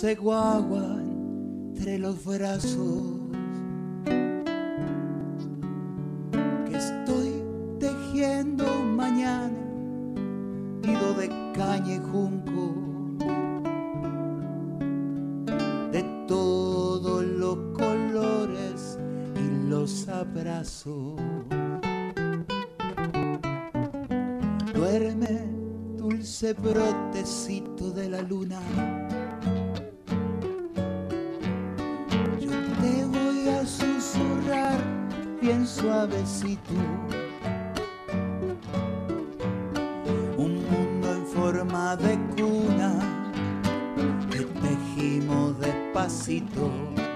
dulce guagua entre los brazos, que estoy tejiendo mañana, nido de caña y junco, de todos los colores y los abrazos. Duerme, dulce brotecito de la luna, yo te voy a susurrar bien suavecito un mundo en forma de cuna que tejimos despacito.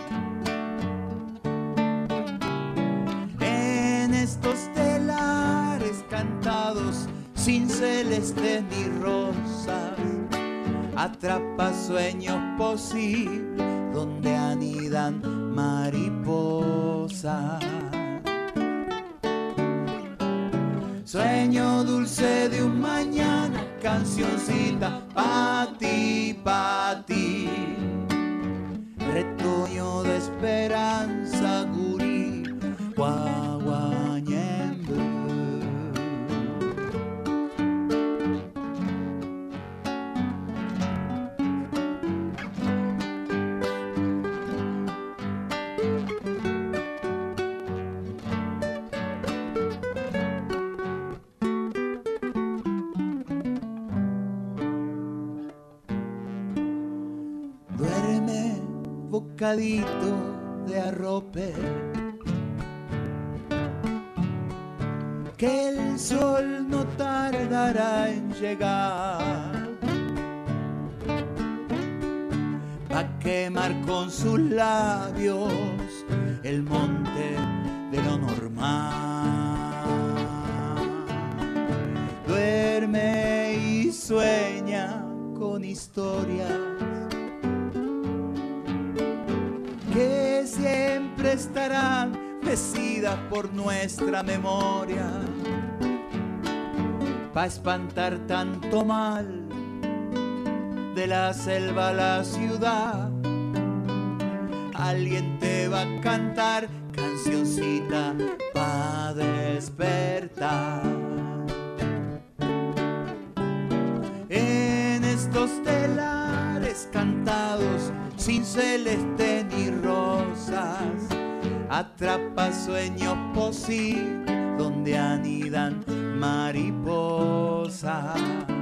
En estos telares cantados sin celeste ni rosas, atrapa sueños posibles donde anidan mariposas. Sueño dulce de un mañana, cancioncita pa' ti, retoño de esperanza, gurí, guaguañembe. Duerme, bocadito de arrope, que el sol no tardará en llegar, pa' quemar con sus labios el monte de lo normal. Duerme y sueña con historias que siempre estarán mecidas por nuestra memoria, pa' espantar tanto mal de la selva a la ciudad. Alguien te va a cantar cancioncita pa' despertar. En estos telares cantados sin celeste ni rosas, atrapa sueños posibles donde anidan mariposas.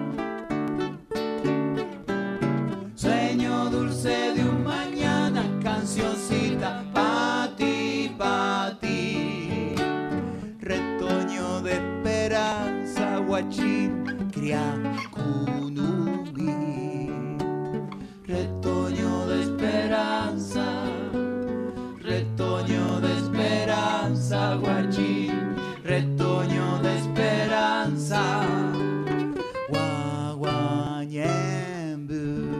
Sueño dulce de un mañana, cancioncita pa' ti, retoño de esperanza, guachín, criacunumí. Retoño de esperanza, retoño de esperanza, guachín, retoño de esperanza, guaguañembu.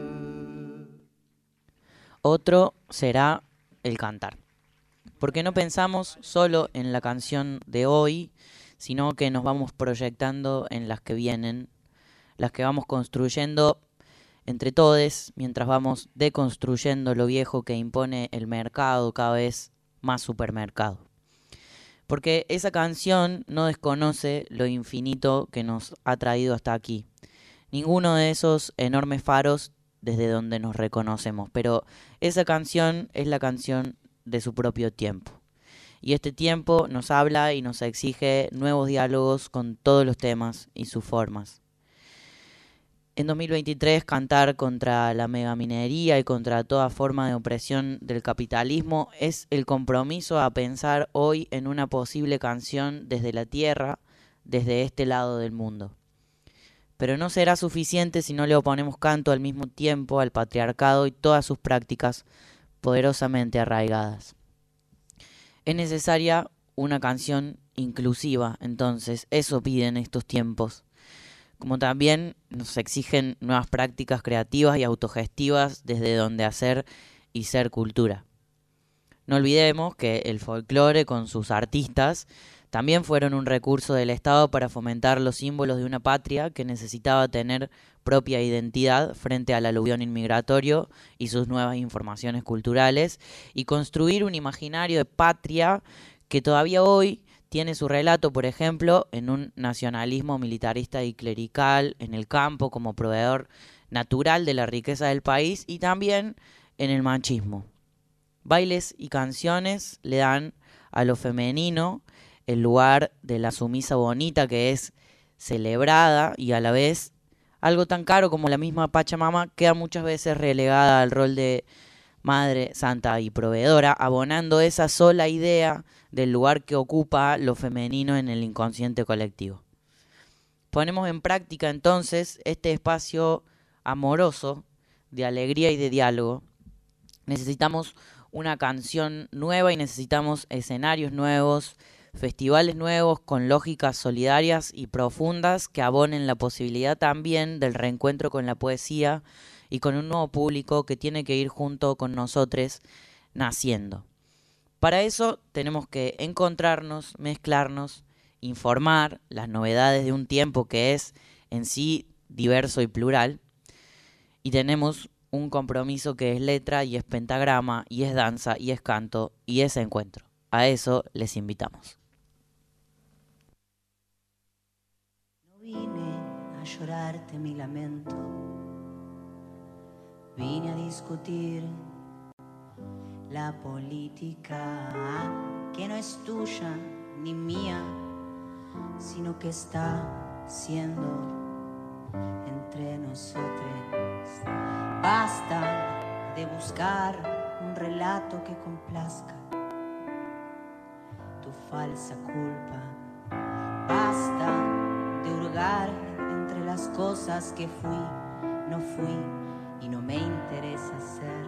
Otro será el cantar, porque no pensamos solo en la canción de hoy, sino que nos vamos proyectando en las que vienen, las que vamos construyendo entre todos, mientras vamos deconstruyendo lo viejo que impone el mercado, cada vez más supermercado. Porque esa canción no desconoce lo infinito que nos ha traído hasta aquí. Ninguno de esos enormes faros desde donde nos reconocemos, pero esa canción es la canción de su propio tiempo. Y este tiempo nos habla y nos exige nuevos diálogos con todos los temas y sus formas. En 2023, cantar contra la megaminería y contra toda forma de opresión del capitalismo es el compromiso a pensar hoy en una posible canción desde la tierra, desde este lado del mundo. Pero no será suficiente si no le oponemos canto al mismo tiempo al patriarcado y todas sus prácticas poderosamente arraigadas. Es necesaria una canción inclusiva, entonces, eso piden estos tiempos. Como también nos exigen nuevas prácticas creativas y autogestivas desde donde hacer y ser cultura. No olvidemos que el folclore con sus artistas También fueron un recurso del Estado para fomentar los símbolos de una patria que necesitaba tener propia identidad frente al aluvión inmigratorio y sus nuevas informaciones culturales, y construir un imaginario de patria que todavía hoy tiene su relato, por ejemplo, en un nacionalismo militarista y clerical en el campo como proveedor natural de la riqueza del país, y también en el machismo. Bailes y canciones le dan a lo femenino el lugar de la sumisa bonita que es celebrada, y a la vez algo tan caro como la misma Pachamama queda muchas veces relegada al rol de madre santa y proveedora, abonando esa sola idea del lugar que ocupa lo femenino en el inconsciente colectivo. Ponemos en práctica entonces este espacio amoroso de alegría y de diálogo. Necesitamos una canción nueva y necesitamos escenarios nuevos, festivales nuevos con lógicas solidarias y profundas que abonen la posibilidad también del reencuentro con la poesía y con un nuevo público que tiene que ir junto con nosotros naciendo. Para eso tenemos que encontrarnos, mezclarnos, informar las novedades de un tiempo que es en sí diverso y plural, y tenemos un compromiso que es letra y es pentagrama y es danza y es canto y es encuentro. A eso les invitamos. No vine a llorarte mi lamento, vine a discutir la política que no es tuya ni mía, sino que está siendo entre nosotros. Basta de buscar un relato que complazca tu falsa culpa. Basta de hurgar entre las cosas que fui, no fui y no me interesa ser.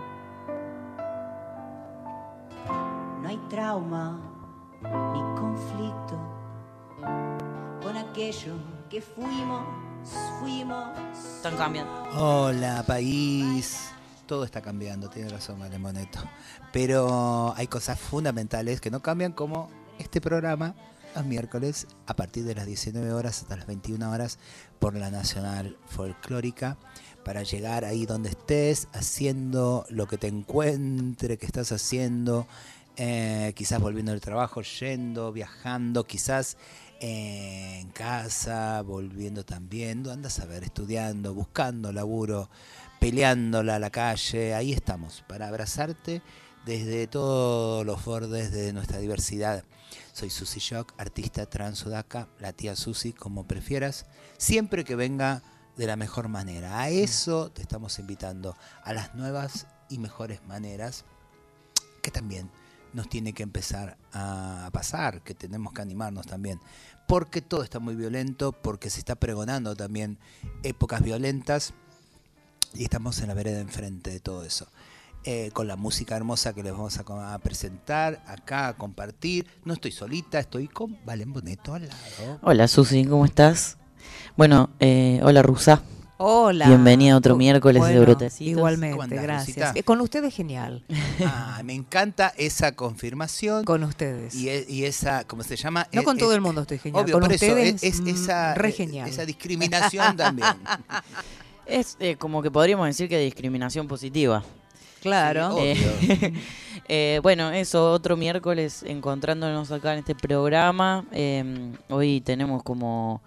No hay trauma ni conflicto con aquello que fuimos. Están cambiando. Hola, país. Todo está cambiando, tiene razón Malemoneto. Pero hay cosas fundamentales que no cambian, como este programa los miércoles a partir de las 19 horas hasta las 21 horas por la Nacional Folclórica, para llegar ahí donde estés, haciendo lo que te encuentre que estás haciendo, quizás volviendo del trabajo, yendo, viajando, quizás en casa, volviendo también, andas a ver, estudiando, buscando laburo, peleándola a la calle. Ahí estamos, para abrazarte desde todos los bordes de nuestra diversidad. Soy Susi Shock, artista trans sudaca, la tía Susi, como prefieras, siempre que venga de la mejor manera. A eso te estamos invitando, a las nuevas y mejores maneras que también nos tiene que empezar a pasar, que tenemos que animarnos también, porque todo está muy violento, porque se está pregonando también épocas violentas, y estamos en la vereda enfrente de todo eso, con la música hermosa que les vamos a presentar acá, a compartir. No estoy solita, estoy con Valen Boneto al lado. Hola Susi, ¿cómo estás? Bueno, hola Rusa. Hola. Bienvenida a otro miércoles de Brotecitos. Igualmente, andás, gracias. Rosita? Con ustedes genial. Me encanta esa confirmación. Con ustedes. Y esa, ¿cómo se llama? No con todo el mundo estoy genial. Obvio, con por ustedes eso es esa, re genial. Esa discriminación también. Es como que podríamos decir que discriminación positiva. Claro. Sí, Bueno, eso, otro miércoles encontrándonos acá en este programa. Hoy tenemos como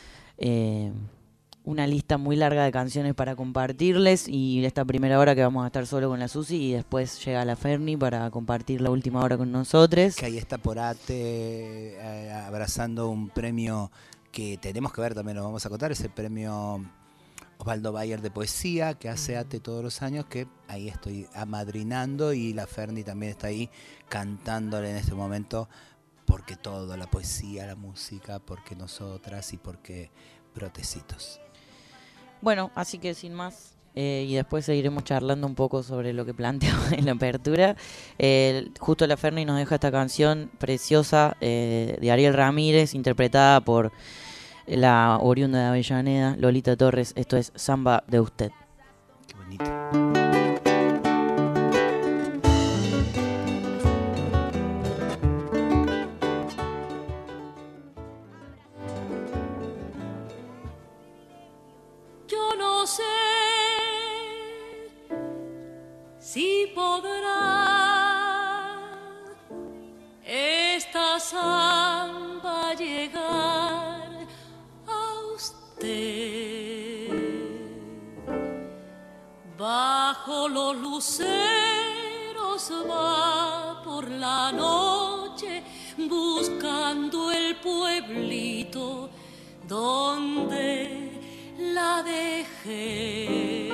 una lista muy larga de canciones para compartirles, y esta primera hora que vamos a estar solo con la Susi, y después llega la Ferni para compartir la última hora con nosotros. Que ahí está Porate abrazando un premio que tenemos que ver, también lo vamos a contar, ese premio Osvaldo Bayer de poesía que hace ATE todos los años, que ahí estoy amadrinando, y la Ferni también está ahí cantándole en este momento, porque todo, la poesía, la música, porque nosotras y porque Brotecitos. Bueno, así que sin más, y después seguiremos charlando un poco sobre lo que planteaba en la apertura. Justo la Ferni nos deja esta canción preciosa de Ariel Ramírez, interpretada por la oriunda de Avellaneda, Lolita Torres. Esto es Samba de Usted. Qué bonito. luceros va por la noche buscando el pueblito donde la dejé.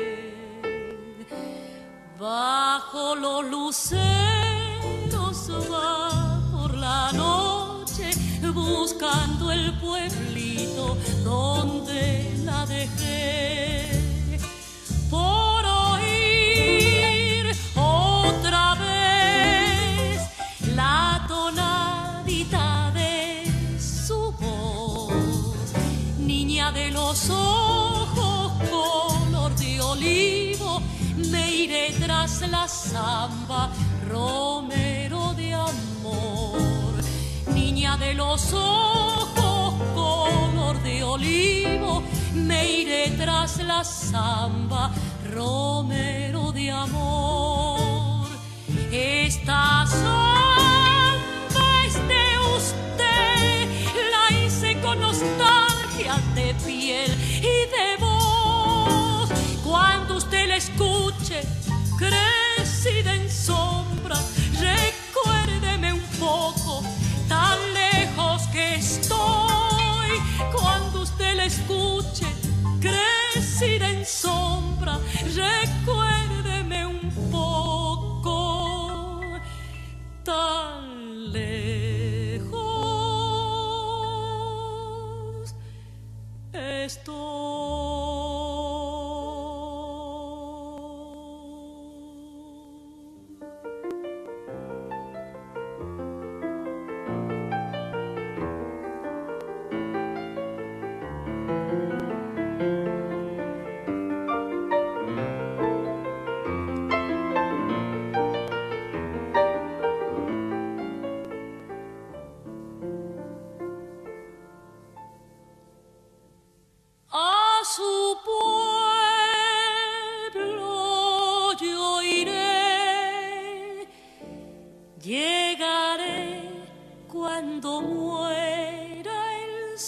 Bajo los luceros va por la noche buscando el pueblito donde la dejé. Por oír otra vez la tonadita de su voz, niña de los ojos color de olivo, me iré tras la zamba, romero de amor. Niña de los ojos color de olivo, me iré tras la zamba, romero de amor. Esta zamba es de usted, la hice con nostalgia de piel y de voz. Cuando usted la escuche, crecida en sombra, recuérdeme un poco, tan lejos que estoy. Cuando usted la escuche, crecida en sombra, recuérdeme un poco, tan lejos estoy. A su pueblo yo iré, llegaré cuando muera el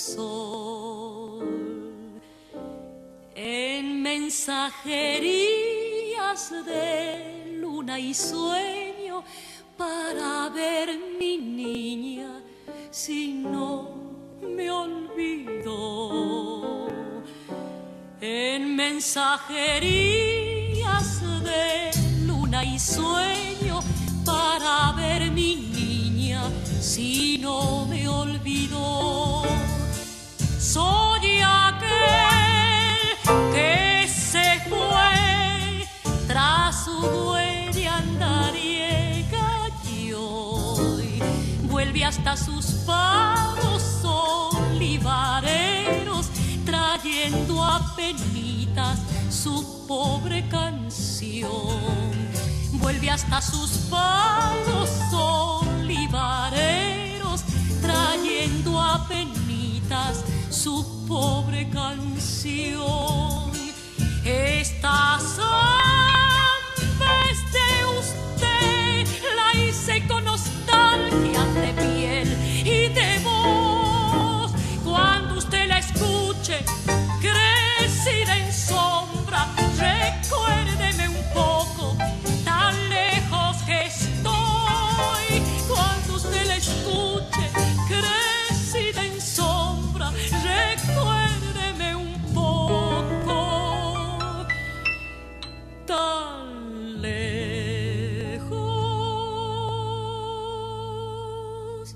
sol. En mensajerías de luna y sueño, para ver mi niña si no me olvido. En mensajerías de luna y sueño, para ver mi niña si no me olvido. Soy aquel que se fue tras su huella andariega y hoy vuelve hasta sus paros olivareros, trayendo a penitas su pobre canción. Vuelve hasta sus palos olivareros, trayendo a penitas su pobre canción. Esta samba es de usted, la hice con nostalgia de piel y de voz. Cuando usted la escuche, crecida en sombra, recuérdeme un poco, tan lejos que estoy. Cuando usted la escuche, crecida en sombra, recuérdeme un poco, tan lejos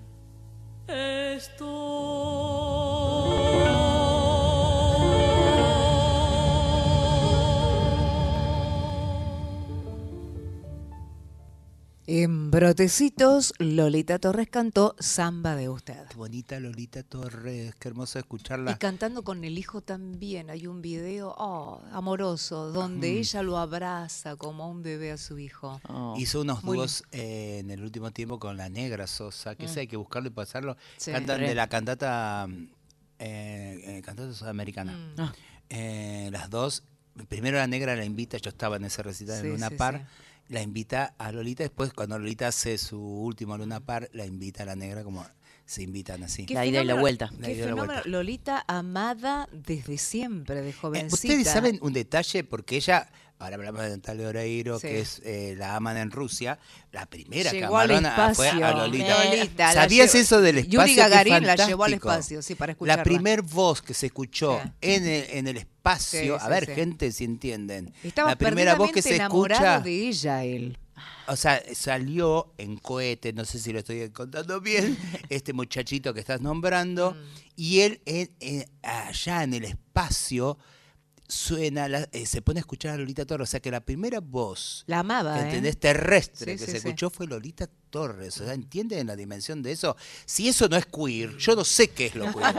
En Brotecitos, Lolita Torres cantó Samba de usted. Qué bonita Lolita Torres, qué hermoso Y escucharla. cantando con el hijo también. Hay un video amoroso donde ella lo abraza como a un bebé a su hijo. Oh. Hizo unos Muy dúos en el último tiempo con la Negra Sosa, que ese hay que buscarlo y pasarlo. Sí. Cantan Re. de la cantata sudamericana. Ah. Las dos, primero la Negra la invita, yo estaba en ese recital Sí, en Luna sí, Par, sí. la invita a Lolita, después cuando Lolita hace su último Luna Par, la invita a la Negra como se invitan así. Qué La ida y la fenómeno, vuelta. La Qué ida y la fenómeno. vuelta. Lolita amada desde siempre, de jovencita. Ustedes saben un detalle, porque ella, ahora hablamos de Natalia Oreiro, Sí. que es la aman en Rusia, la primera Llegó al camarona fue espacio. a Lolita. Lolita, la ¿Sabías llevó- eso del espacio? Yuri Qué Gagarin la fantástico. llevó al espacio, sí, para escucharla. La primer voz que se escuchó Sí. en el espacio, Sí, a sí, ver, sí. gente, si entienden. Estaba la primera voz que se enamorado escucha, de ella, él. o sea, salió en cohete, no sé si lo estoy contando bien, este muchachito que estás nombrando, y él allá en el espacio suena, se pone a escuchar a Lolita Torres, o sea que la primera voz, La amaba, ¿entendés? Terrestre Sí, que sí, se sí. escuchó fue Lolita Torres, o sea, ¿entienden la dimensión de eso? Si eso no es queer, yo no sé qué es lo queer.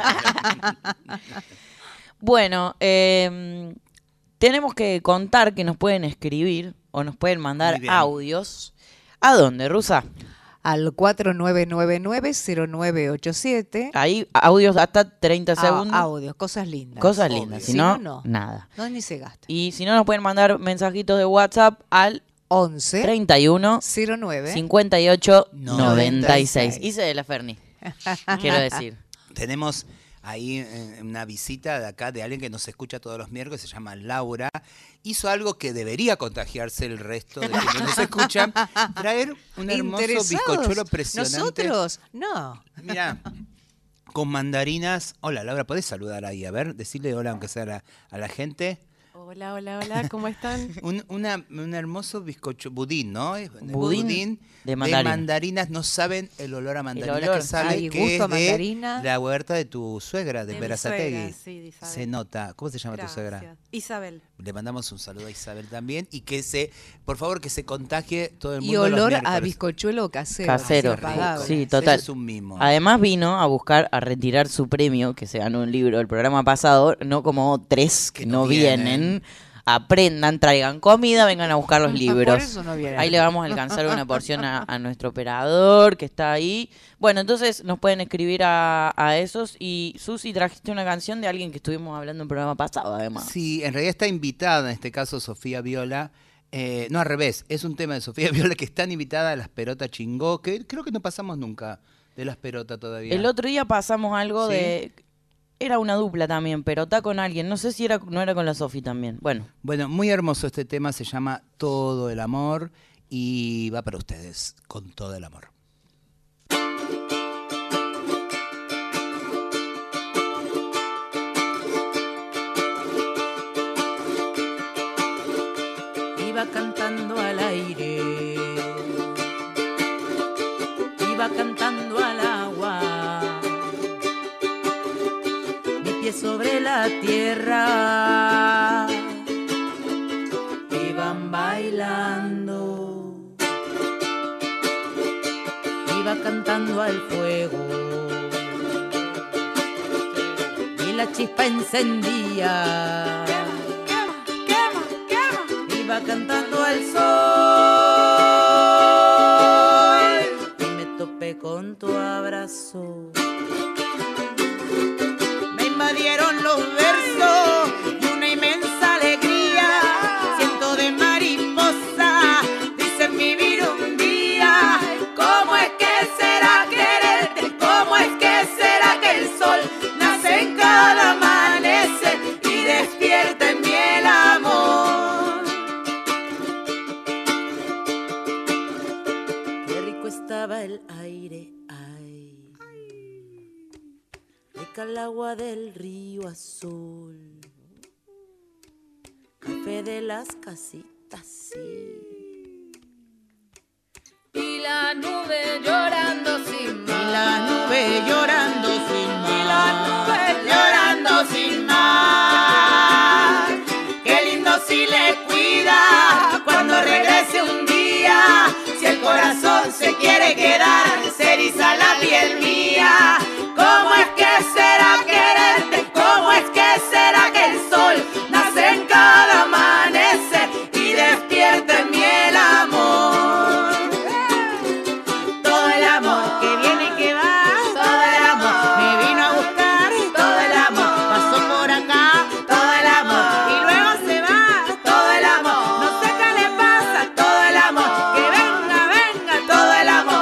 Bueno, tenemos que contar que nos pueden escribir o nos pueden Muy mandar bien. audios. ¿A dónde, Rusa? Al 4999-0987. Ahí audios hasta 30 segundos. Audios, cosas lindas. Cosas Obvio. lindas. Si Si no, no, no. nada. No, ni se gasta. Y si no, nos pueden mandar mensajitos de WhatsApp al 11 31 09 58 96. 96. Hice de la Ferni. Quiero decir. Tenemos ahí una visita de acá de alguien que nos escucha todos los miércoles, se llama Laura. Hizo algo que debería contagiarse el resto de quienes nos escuchan, traer un hermoso ¿Interesados? bizcochuelo impresionante. Nosotros, no. Mira, con mandarinas. Hola Laura, ¿podés saludar ahí? A ver, decirle hola aunque sea a la gente. Hola, hola, hola, ¿cómo están? Un hermoso bizcocho, budín, ¿no? Budín de mandarina. mandarinas. No saben el olor a mandarina olor. que sale, Ay, que gusto a es de mandarina. la huerta de tu suegra, de De mi Berazategui. suegra, sí, de Isabel. Se nota. ¿Cómo se llama tu suegra? Gracias. Isabel. Le mandamos un saludo a Isabel también y por favor, que se contagie todo el mundo. Y los olor a miércoles. bizcochuelo casero. Casero. así apagable. Sí, Eso total. es un mimo. Además vino a buscar, a retirar su premio, que se ganó un libro del programa pasado, no como tres que no vienen. Aprendan, traigan comida, vengan a buscar los libros. Por eso no vienen. Ahí le vamos a alcanzar una porción a nuestro operador que está ahí. Bueno, entonces nos pueden escribir a esos. Y Susi, trajiste una canción de alguien que estuvimos hablando en el programa pasado, además. Sí, en realidad está invitada, en este caso Sofía Viola. No, al revés, es un tema de Sofía Viola que están invitadas a las Perotas Chingó, que creo que no pasamos nunca de las Perotas todavía. El otro día pasamos algo ¿Sí? de... Era una dupla también, pero está con alguien. No sé si no era con la Sofi también. Bueno, Muy hermoso este tema, se llama Todo el Amor y va para ustedes, con todo el amor. Iba cantando al aire, iba cantando al agua, mi pie sobre la tierra, iban bailando, iba cantando al fuego, y la chispa encendía. Iba cantando al sol y me topé con tu abrazo. Me invadieron los versos y una inmensa alegría. Siento de mariposa, dicen vivir un día. ¿Cómo es que será quererte? ¿Cómo es que será que el sol nace en cada amanecer y despierta en mí el amor? Estaba el aire, ay, rica el agua del río azul, café de las casitas, sí, y la nube llorando sin mar, y la nube llorando sin mar, y la nube llorando sin mar. Qué lindo si le cuida cuando regrese un día. Si el corazón se quiere quedar, se eriza la piel mía. ¿Cómo es que será quererte? ¿Cómo es que será que el sol nace en cada amanecer y despierta en mí el amor? Todo el amor que viene y que va, todo el amor me vino a buscar, todo el amor pasó por acá, todo el amor y luego se va, todo el amor, no sé qué le pasa, todo el amor, que venga, venga, todo el amor.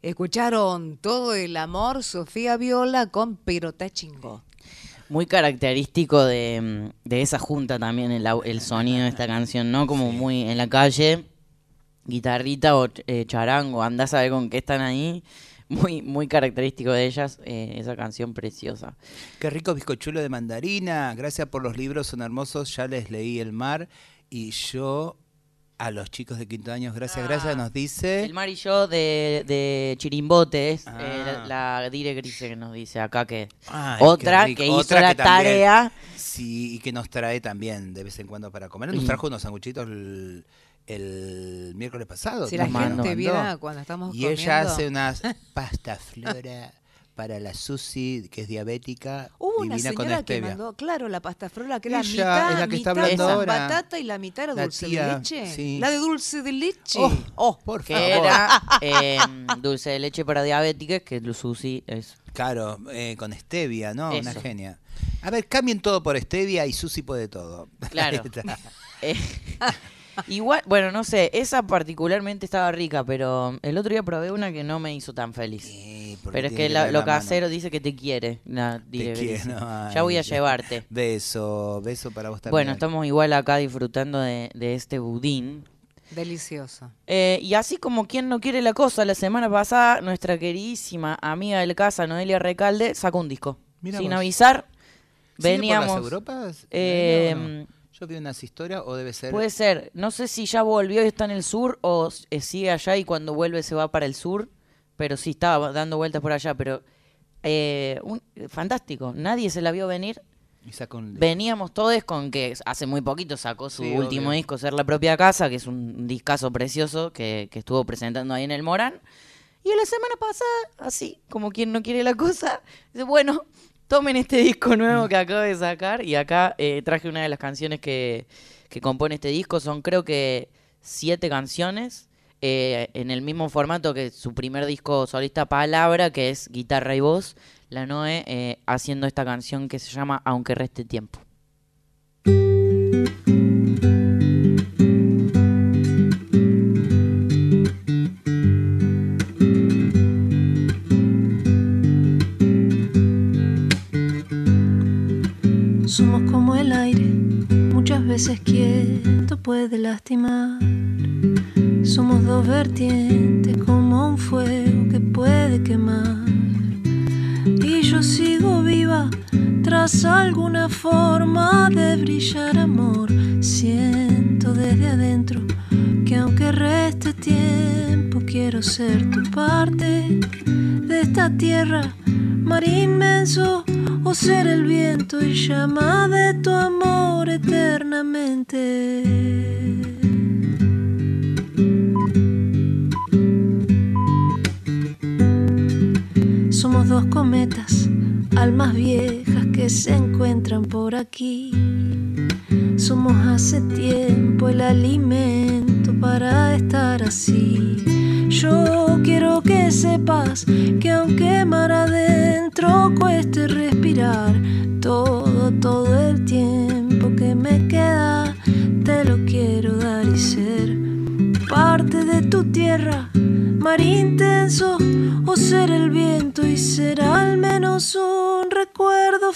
Escucharon Todo el amor, Sofía Viola con Pero ta chingó. Muy característico de esa junta también el sonido de esta canción, ¿no? Como muy en la calle, guitarrita o charango, andás a ver con qué están ahí. Muy, muy característico de ellas, esa canción preciosa. Qué rico bizcochuelo de mandarina. Gracias por los libros, son hermosos. Ya les leí El mar. Y yo, a los chicos de quinto año, gracias, nos dice... El Mar y yo de Chirimbotes, Ah. la Dire Grise que nos dice acá que Ay, otra qué rico. que hizo Otra la que también- tarea. Sí, y que nos trae también de vez en cuando para comer. Nos trajo unos sanguchitos el miércoles pasado. Si nos la mandó. gente mandó. viera cuando estamos Y comiendo. ella hace unas pasta flora para la Susi, que es diabética, Hubo una divina con señora que stevia. mandó, claro, la pasta frola, que era Ella mitad, es la que está mitad hablando con ahora. batata y la mitad era La dulce tía, de leche. sí. La de dulce de leche. Oh, por Que favor. era dulce de leche para diabéticas, que Susi es. Claro, con stevia, ¿no? Una Eso. genia. A ver, cambien todo por stevia y Susi puede todo. Claro. Ahí está. Eh, igual, bueno, no sé, esa particularmente estaba rica, pero el otro día probé una que no me hizo tan feliz. Sí, porque Pero es tiene que tener lo la mano. casero dice que te quiere. La Dire Te quiere, Grise. no, Ya voy a ay, llevarte. Beso para vos también. Bueno, estamos igual acá disfrutando de este budín. Delicioso. Y así como quien no quiere la cosa, la semana pasada nuestra queridísima amiga del casa, Noelia Recalde, sacó un disco. Mira Sin vos. avisar, ¿Sigue veníamos... por las Europas? Eh, ¿O no? Yo vi unas historias o debe ser... Puede ser, no sé si ya volvió y está en el sur o sigue allá y cuando vuelve se va para el sur, pero sí estaba dando vueltas por allá, pero fantástico, nadie se la vio venir. Y saca un... Veníamos todos con que hace muy poquito sacó su Sí, último obvio. disco, Ser la propia casa, que es un discazo precioso que estuvo presentando ahí en el Morán. Y la semana pasada, así como quien no quiere la cosa, dice, bueno, tomen este disco nuevo que acabo de sacar. Y acá traje una de las canciones que compone este disco. Son creo que 7 canciones en el mismo formato que su primer disco solista Palabra, que es guitarra y voz. La Noe haciendo esta canción que se llama Aunque reste tiempo. Somos como el aire, muchas veces quieto puede lastimar. Somos dos vertientes como un fuego que puede quemar. Y yo sigo viva tras alguna forma de brillar amor. Siento desde adentro que aunque reste tiempo quiero ser tu parte de esta tierra, mar inmenso o ser el viento y llama de tu amor eternamente. Somos dos cometas, almas viejas que se encuentran por aquí. Somos hace tiempo el alimento para estar así. Yo quiero que sepas que aunque mar adentro cueste respirar, todo el tiempo que me queda te lo quiero dar y ser parte de tu tierra, mar intenso o ser el viento y ser al menos un recuerdo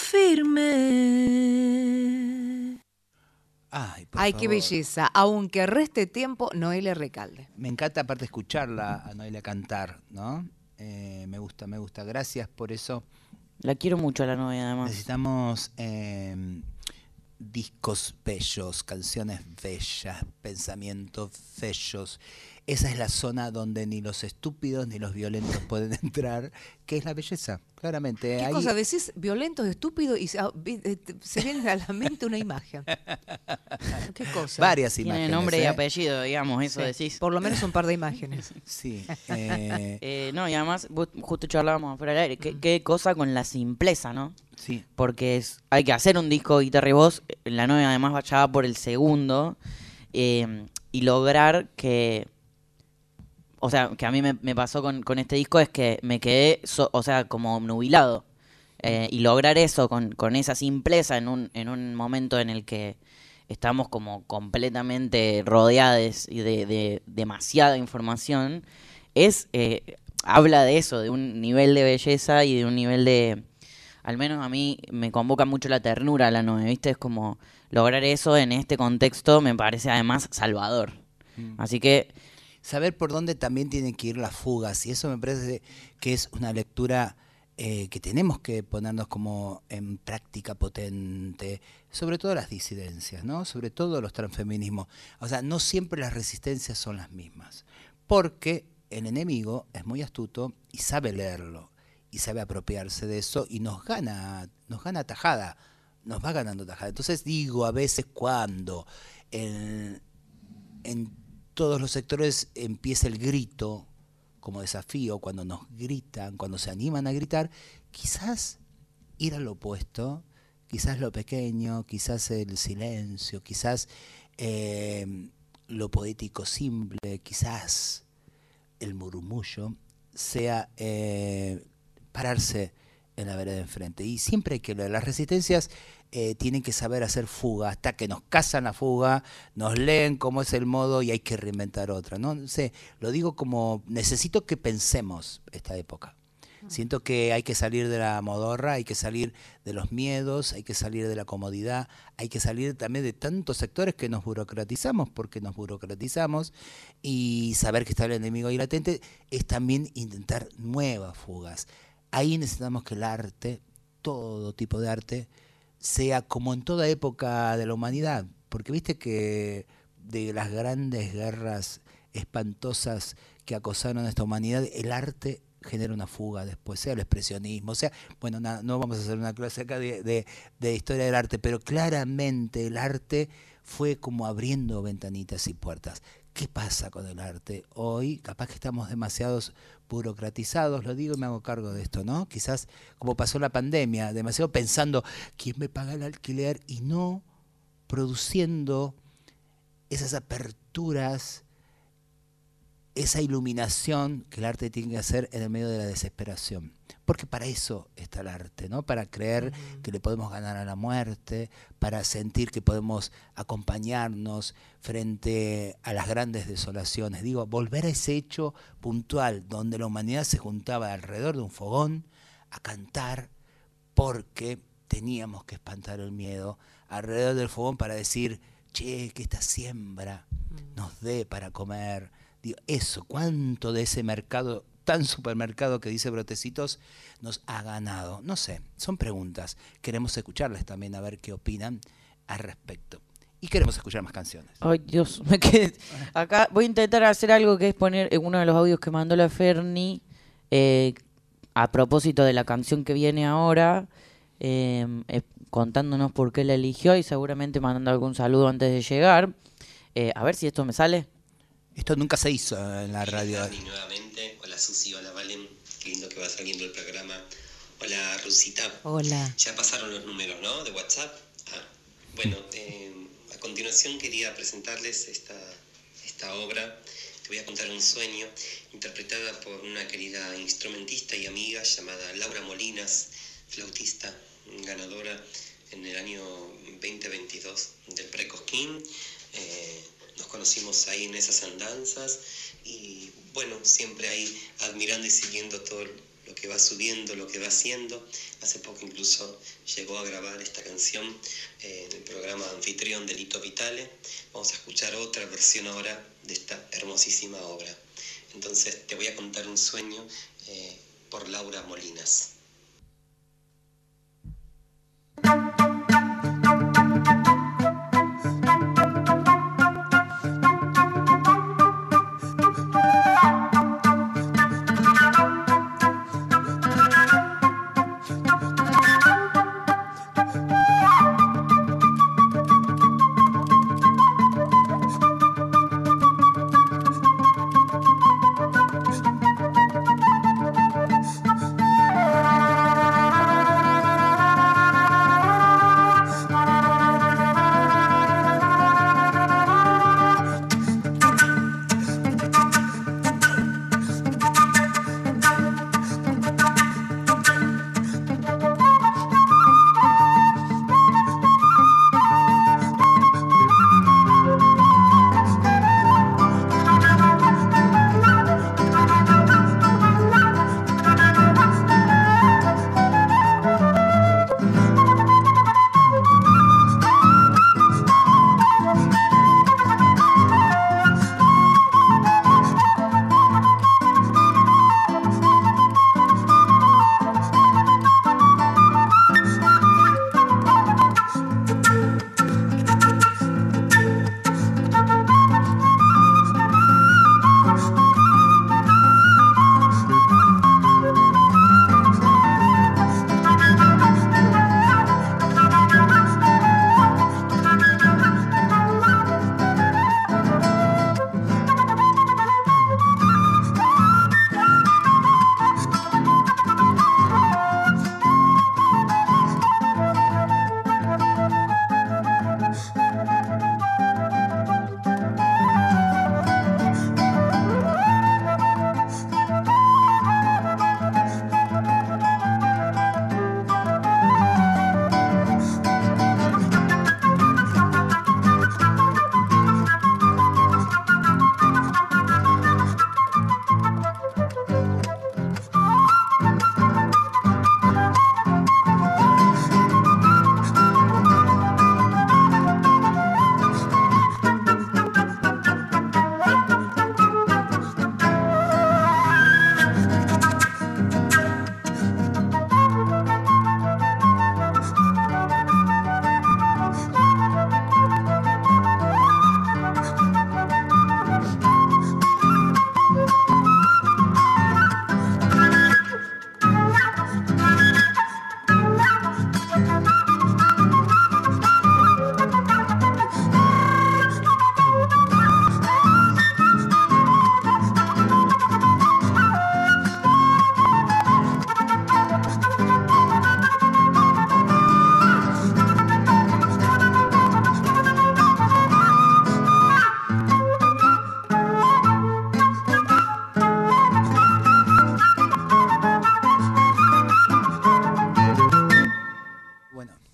firme. Ay, Ay, qué favor. belleza. Aunque reste tiempo, Noelia Recalde. Me encanta aparte escucharla a Noelia cantar, ¿no? Me gusta. Gracias por eso. La quiero mucho a la Noe además. Necesitamos discos bellos, canciones bellas, pensamientos bellos. Esa es la zona donde ni los estúpidos ni los violentos pueden entrar, que es la belleza, claramente. ¿Qué Ahí- cosa decís? Violentos, estúpidos y se viene a la mente una imagen. ¿Qué cosa? Varias Tiene imágenes. nombre y ¿eh? apellido, digamos, eso Sí, decís. por lo menos un par de imágenes. Sí. No, y además, justo charlábamos fuera del aire, qué cosa con la simpleza, ¿no? Sí. Porque hay que hacer un disco de guitarra y voz, la Noe además ya va por el segundo, y lograr que... O sea, que a mí me pasó con este disco es que me quedé, como nubilado. Y lograr eso con esa simpleza en un momento en el que estamos como completamente rodeados y de demasiada información, es habla de eso, de un nivel de belleza y de un nivel de... Al menos a mí me convoca mucho la ternura la 9, ¿viste? Es como lograr eso en este contexto me parece además salvador. Así que... Saber por dónde también tienen que ir las fugas, y eso me parece que es una lectura que tenemos que ponernos como en práctica potente, sobre todo las disidencias, ¿no? Sobre todo los transfeminismos. O sea, no siempre las resistencias son las mismas, porque el enemigo es muy astuto y sabe leerlo, y sabe apropiarse de eso, y nos gana tajada, nos va ganando tajada. Entonces digo, a veces cuando en todos los sectores empieza el grito como desafío, cuando nos gritan, cuando se animan a gritar, quizás ir al opuesto, quizás lo pequeño, quizás el silencio, quizás lo poético simple, quizás el murmullo, sea pararse en la vereda de enfrente. Y siempre hay que leer. Las resistencias tienen que saber hacer fuga, hasta que nos cazan la fuga, nos leen cómo es el modo y hay que reinventar otra. No sé, lo digo como necesito que pensemos esta época. Siento que hay que salir de la modorra, hay que salir de los miedos, hay que salir de la comodidad, hay que salir también de tantos sectores que nos burocratizamos, porque nos burocratizamos, y saber que está el enemigo ahí latente es también intentar nuevas fugas. Ahí necesitamos que el arte, todo tipo de arte, sea como en toda época de la humanidad, porque viste que de las grandes guerras espantosas que acosaron a esta humanidad, el arte genera una fuga después, sea el expresionismo, sea, bueno, no vamos a hacer una clase acá de historia del arte, pero claramente el arte fue como abriendo ventanitas y puertas. ¿Qué pasa con el arte hoy? Capaz que estamos demasiados burocratizados, lo digo y me hago cargo de esto, ¿no? Quizás como pasó la pandemia, demasiado pensando quién me paga el alquiler y no produciendo esas aperturas, esa iluminación que el arte tiene que hacer en el medio de la desesperación. Porque para eso está el arte, ¿no? Para creer que le podemos ganar a la muerte, para sentir que podemos acompañarnos frente a las grandes desolaciones. Digo, volver a ese hecho puntual donde la humanidad se juntaba alrededor de un fogón a cantar porque teníamos que espantar el miedo alrededor del fogón para decir, che, que esta siembra nos dé para comer. Digo, eso, ¿cuánto de ese mercado, tan supermercado que dice Brotecitos, nos ha ganado? No sé, son preguntas. Queremos escucharles también a ver qué opinan al respecto. Y queremos escuchar más canciones. Ay, Dios, me quedé. Acá voy a intentar hacer algo que es poner uno de los audios que mandó la Ferni a propósito de la canción que viene ahora, contándonos por qué la eligió y seguramente mandando algún saludo antes de llegar. A ver si esto me sale. Esto nunca se hizo en la radio. Hola, nuevamente. Hola, Susi. Hola, Valen. Qué lindo que va saliendo el programa. Hola, Rusita. Hola. Ya pasaron los números, ¿no? De WhatsApp. Bueno, a continuación quería presentarles esta obra. Te voy a contar un sueño, interpretada por una querida instrumentista y amiga llamada Laura Molinas, flautista, ganadora en el año 2022 del Precosquín. Nos conocimos ahí en esas andanzas y bueno, siempre ahí admirando y siguiendo todo lo que va subiendo, lo que va haciendo. Hace poco incluso llegó a grabar esta canción en el programa Anfitrión de Lito Vitale. Vamos a escuchar otra versión ahora de esta hermosísima obra. Entonces te voy a contar un sueño por Laura Molinas.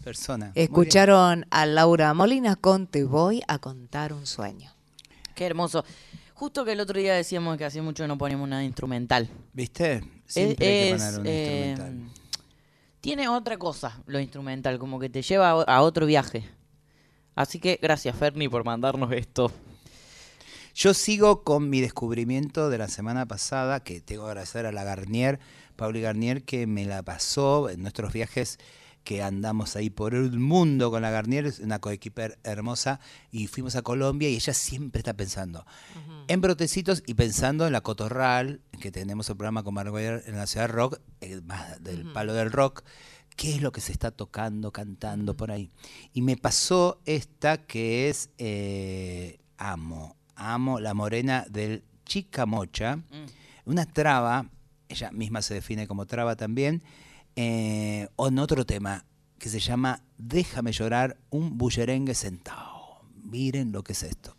persona. Escucharon a Laura Molina con Te voy a contar un sueño. Qué hermoso. Justo que el otro día decíamos que hacía mucho que no poníamos nada instrumental. ¿Viste? Siempre hay que poner un instrumental. Tiene otra cosa lo instrumental, como que te lleva a otro viaje. Así que gracias, Ferni, por mandarnos esto. Yo sigo con mi descubrimiento de la semana pasada, que tengo que agradecer a la Garnier, Pauli Garnier, que me la pasó en nuestros viajes que andamos ahí por el mundo con la Garnier, es una coequiper hermosa, y fuimos a Colombia y ella siempre está pensando en brotecitos y pensando en la Cotorral, que tenemos el programa con Marguerite en la Ciudad Rock, más del palo del rock, qué es lo que se está tocando, cantando por ahí. Y me pasó esta que es Amo la morena del Chicamocha, una traba, ella misma se define como traba también, o en otro tema que se llama Déjame llorar, un bullerengue sentado. Miren lo que es esto.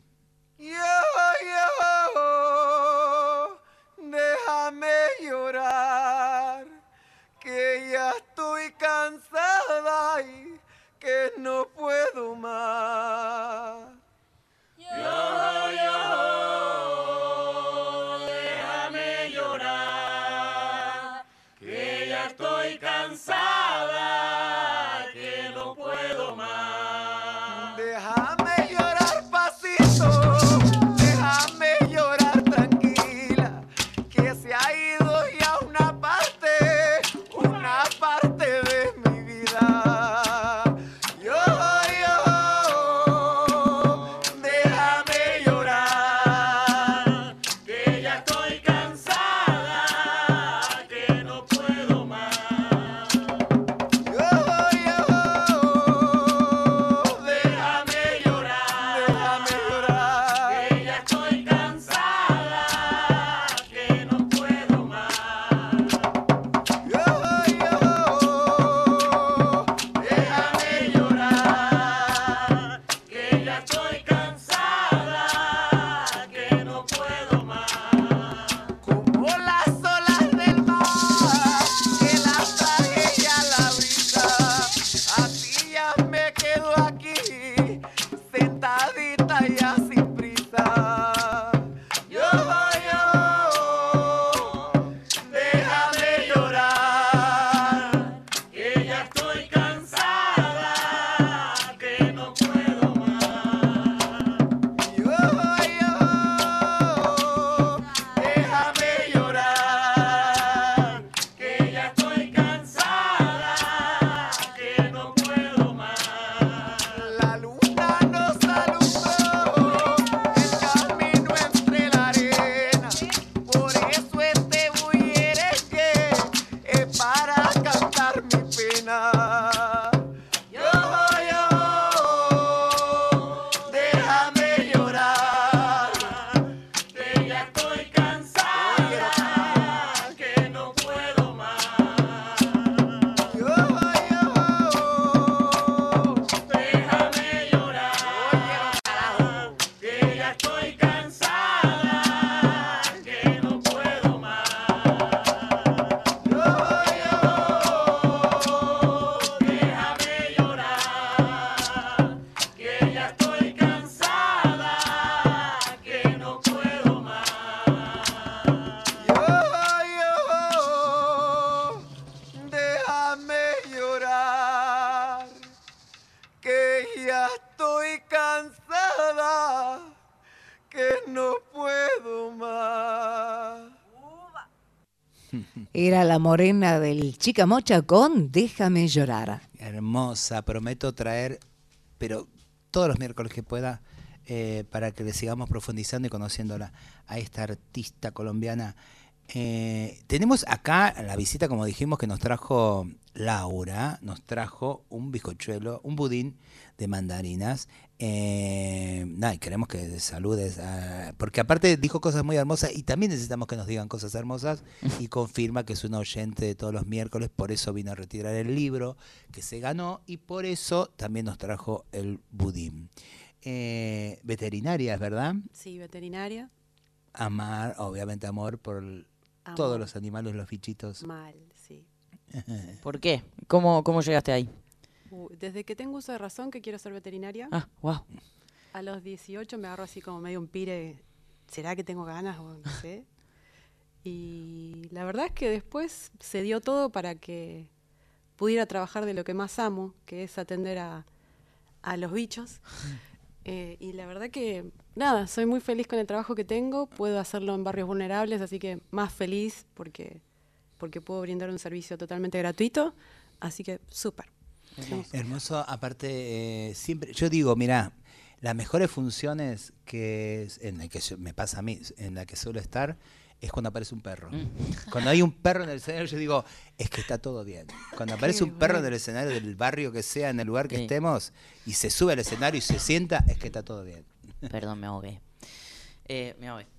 Déjame llorar, que ya estoy cansada y que no puedo más. Déjame llorar, que ya estoy cansada, que no puedo más. Déjame llorar pasito, déjame llorar tranquila, que se ha ido ya una parte de mi vida. Déjame llorar, que ya estoy cansada, que no puedo más. Déjame llorar, que ya estoy cansada, que no puedo más. Déjame llorar, que ya estoy cansada, que no puedo más. Como las olas del mar, que las traje ya a la brisa, así ya me quedo aquí, sentadita ya sin prisa. Déjame llorar, que ya estoy cansada, que no puedo más. Déjame llorar, que ya estoy cansada, que no puedo más. La luna nos saludó, el camino entre la arena, por eso este bullerengue es para cantar mi pena. Déjame llorar, que ya estoy cansada, que no puedo más. Déjame llorar, que ya estoy cansada, que no puedo más. Déjame llorar, que ya estoy cansada, que no puedo más. Déjame llorar, que ya estoy cansada, que no puedo más. Era la morena del Chicamocha con Déjame llorar. Hermosa, prometo traer, pero todos los miércoles que pueda, para que le sigamos profundizando y conociéndola a esta artista colombiana. Tenemos acá la visita, como dijimos, que nos trajo Laura, nos trajo un bizcochuelo, un budín de mandarinas. Nada, y queremos que saludes, porque aparte dijo cosas muy hermosas y también necesitamos que nos digan cosas hermosas, y confirma que es una oyente de todos los miércoles, por eso vino a retirar el libro que se ganó y por eso también nos trajo el budín. Veterinaria, ¿es verdad? Sí, veterinaria. Amar, obviamente amor por todos los animales, los bichitos. Mal, sí. ¿Por qué? ¿Cómo llegaste ahí? Desde que tengo uso de razón que quiero ser veterinaria, Ah, wow. a los 18 me agarro así como medio un pire. ¿Será que tengo ganas o no sé? Y la verdad es que después se dio todo para que pudiera trabajar de lo que más amo, que es atender a los bichos. Y la verdad que, nada, soy muy feliz con el trabajo que tengo, puedo hacerlo en barrios vulnerables, así que más feliz porque puedo brindar un servicio totalmente gratuito, así que súper. Hermoso, aparte, siempre, yo digo, mirá, las mejores funciones en la que me pasa a mí, en la que suelo estar, es cuando aparece un perro. Cuando hay un perro en el escenario, yo digo, es que está todo bien. Cuando aparece un perro en el escenario del barrio que sea, en el lugar que Sí. estemos, y se sube al escenario y se sienta, es que está todo bien. Perdón, me ahogué. Me ahogué.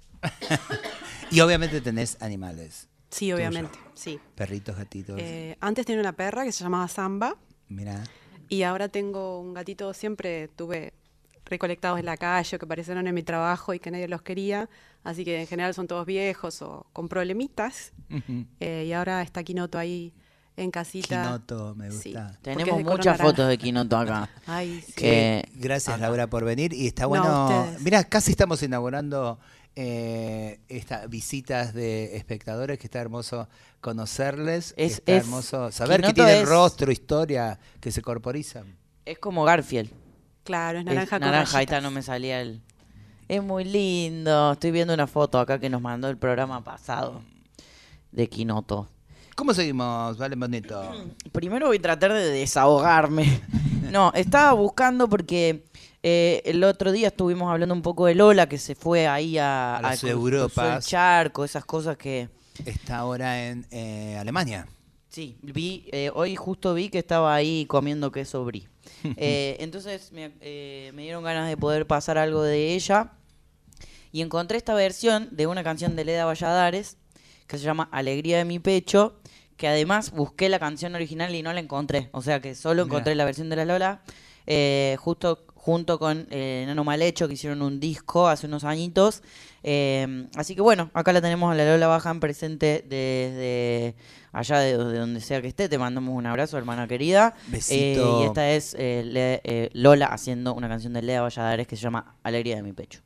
Y obviamente tenés animales, Sí, obviamente, sí. perritos, gatitos. Antes tenía una perra que se llamaba Samba Mirá, y ahora tengo un gatito, siempre tuve recolectados en la calle o que aparecieron en mi trabajo y que nadie los quería, así que en general son todos viejos o con problemitas. Y ahora está Quinoto ahí en casita. Quinoto, me Sí. gusta. Porque es Tenemos de color muchas naranja. fotos de Quinoto acá. Ay, sí. Que Gracias, acá. Laura, por venir. Y está No, bueno. ustedes. Mira, casi estamos inaugurando estas visitas de espectadores, que está hermoso conocerles. Está hermoso saber que Quinoto tienen rostro, historia, que se corporizan. Es como Garfield. Claro, es Es naranja con naranja, ahí está, rayitas. no me salía el... Es muy lindo. Estoy viendo una foto acá que nos mandó el programa pasado de Quinoto. ¿Cómo seguimos, Vale Bonito? Primero voy a tratar de desahogarme. No, estaba buscando porque el otro día estuvimos hablando un poco de Lola, que se fue ahí A las cruzó Europas. el charco, esas cosas que... Está ahora en Alemania. Sí, hoy justo vi que estaba ahí comiendo queso brie. Entonces me dieron ganas de poder pasar algo de ella y encontré esta versión de una canción de Leda Valladares que se llama Alegría de mi pecho, que además busqué la canción original y no la encontré, o sea que solo encontré Mirá. la versión de la Lola, justo junto con Nano Malhecho, que hicieron un disco hace unos añitos. Así que bueno, acá la tenemos a la Lola Bajan presente desde allá de donde sea que esté. Te mandamos un abrazo, hermana querida. Besito. Y esta es Lola haciendo una canción de Leda Valladares que se llama Alegría de mi pecho.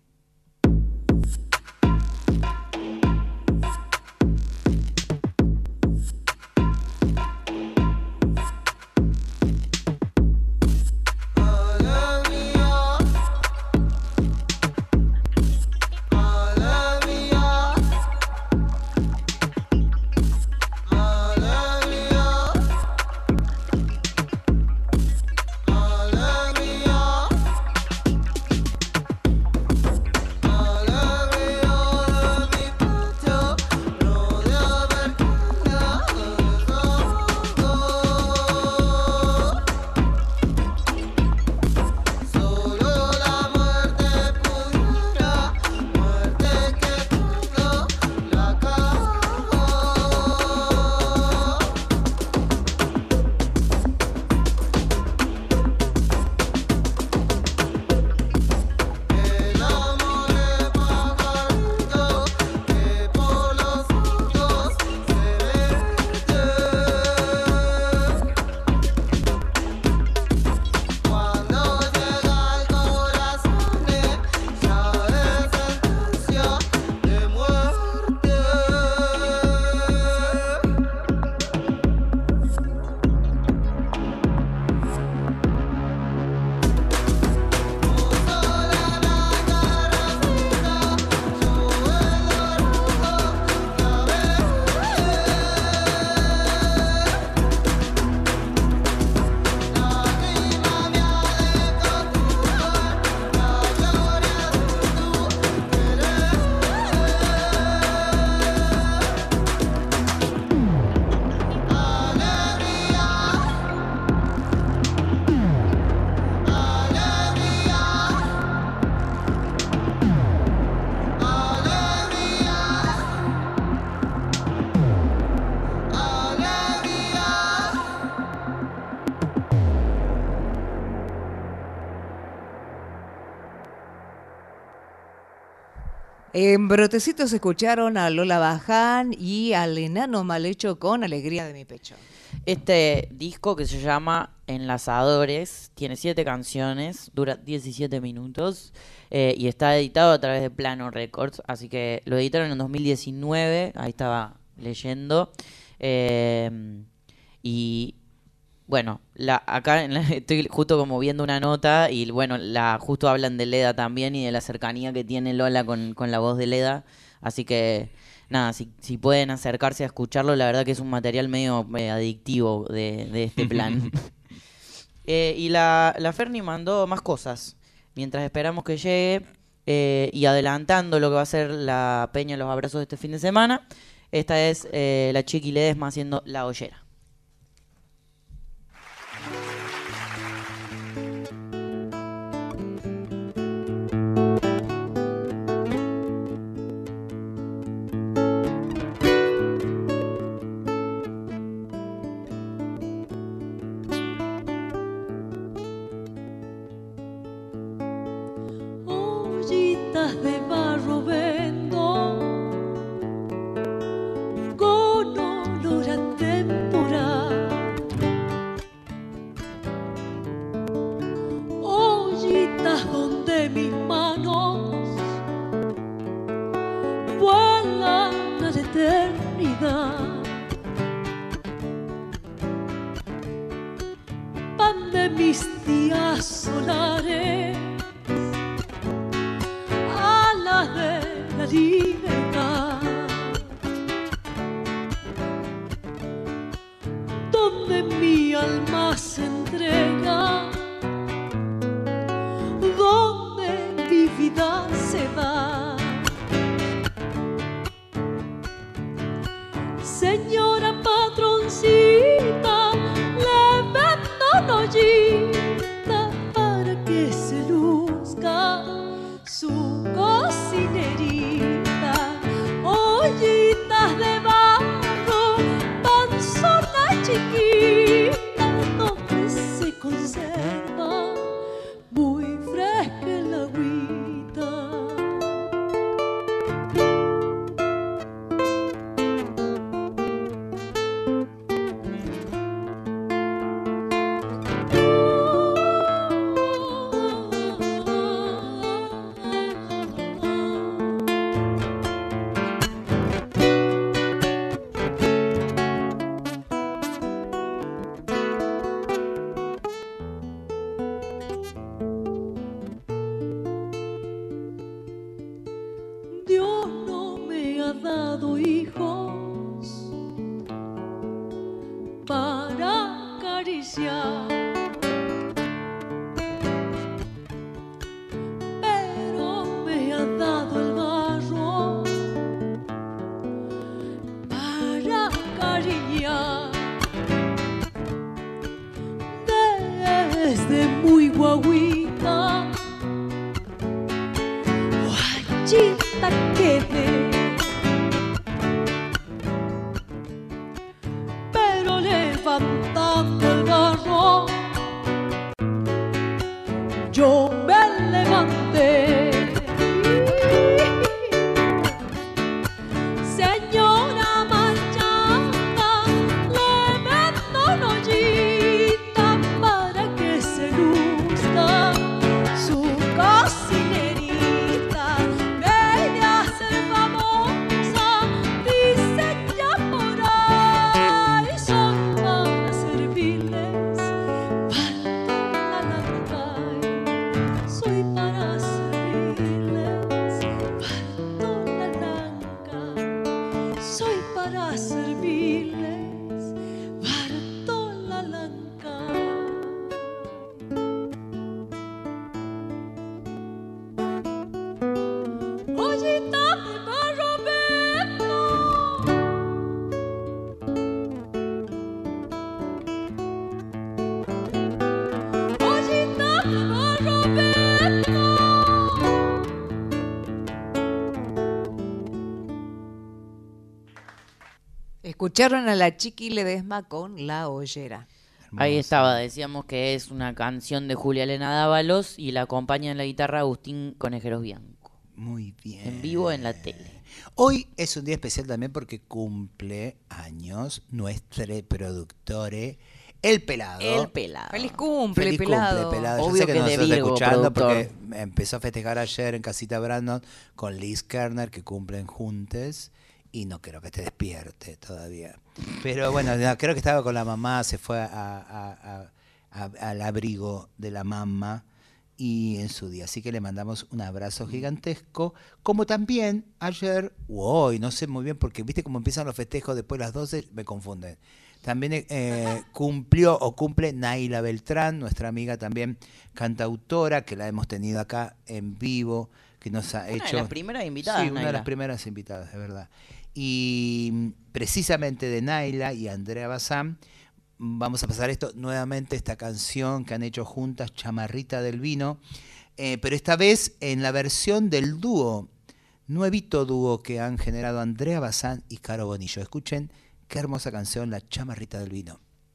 En Brotecitos escucharon a Lola Baján y al Enano Malhecho con Alegría de mi pecho. Este disco que se llama Enlazadores tiene 7 canciones, dura 17 minutos y está editado a través de Plano Records, así que lo editaron en 2019, ahí estaba leyendo. Y bueno, acá estoy justo como viendo una nota y bueno, justo hablan de Leda también y de la cercanía que tiene Lola con la voz de Leda, así que nada, si pueden acercarse a escucharlo, la verdad que es un material medio adictivo de este plan. Y la Ferni mandó más cosas, mientras esperamos que llegue y adelantando lo que va a ser la Peña Los Abrazos de este fin de semana. Esta es la Chiqui Ledesma haciendo La Ollera. Ollitas de barro vendo con olor a temporada. Ollitas donde mis manos vuelan a la eternidad. Pan de mis días solares, alas de la libertad, donde mi alma se entrega, donde mi vida se va. Señora patroncita, le vendo una ollita para que se luzca su cocinerita. Ollitas de barro, panzona chiquita, donde se conserva muy fresca el agüita. Dios no me ha dado hijos para acariciar, pero me ha dado el barro para cariñar. Desde muy guaguita, guachita quedé, pero levantando el barro yo me levanté. Señora marchanda, le vendo una ollita para que se luzca su cocinerita. Bella ser famosa, dicen ya por ahí, son para servirles parto la larga. Soy para servirles parto la larga. Soy para servirles parto la larga. Ollita de barro vendo, ollita de barro vendo. Escucharon a la Chiqui Ledesma con La Ollera. Ahí estaba, decíamos que es una canción de Julia Elena Dávalos y la acompaña en la guitarra Agustín Conejeros Bianco. Muy bien. En vivo en la tele. Hoy es un día especial también porque cumple años nuestro productor, El Pelado. El Pelado. Feliz cumple, Feliz pelado. cumple, Pelado. Obvio Yo sé que que nos de está Virgo, escuchando productor. porque empezó a festejar ayer en Casita Brandon con Liz Kerner, que cumplen juntos. Y no creo que esté despierte todavía. Pero bueno, creo que estaba con la mamá, se fue al abrigo de la mamá y en su día. Así que le mandamos un abrazo gigantesco. Como también ayer, o hoy, no sé muy bien, porque viste cómo empiezan los festejos después de las 12, me confunden. También cumple Naila Beltrán, nuestra amiga también cantautora, que la hemos tenido acá en vivo, que nos ha hecho... Una de las primeras invitadas, Sí, una de Naila. las primeras invitadas, de verdad. Y precisamente de Naila y Andrea Bazán, vamos a pasar nuevamente esta canción que han hecho juntas, Chamarrita del Vino, pero esta vez en la versión del dúo, nuevito dúo que han generado Andrea Bazán y Caro Bonillo. Escuchen qué hermosa canción, La Chamarrita del Vino.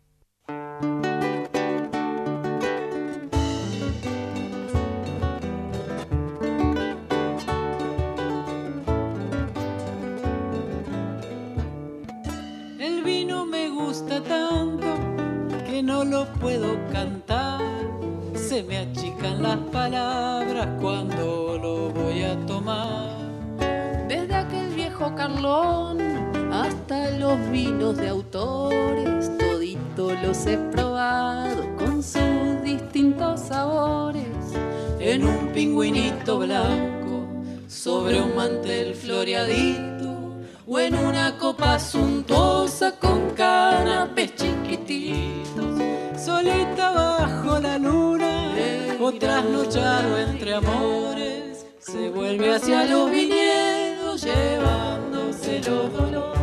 El vino me gusta tanto que no lo puedo cantar. Se me achican las palabras cuando lo voy a tomar. Desde aquel viejo Carlón hasta los vinos de autores, todito los he probado con sus distintos sabores. En un pingüinito blanco, sobre un mantel floreadito, o en una copa suntuosa con canapés chiquititos. Solita bajo la luna, o trasnochado entre amores, se vuelve hacia los viñedos llevándose los dolores.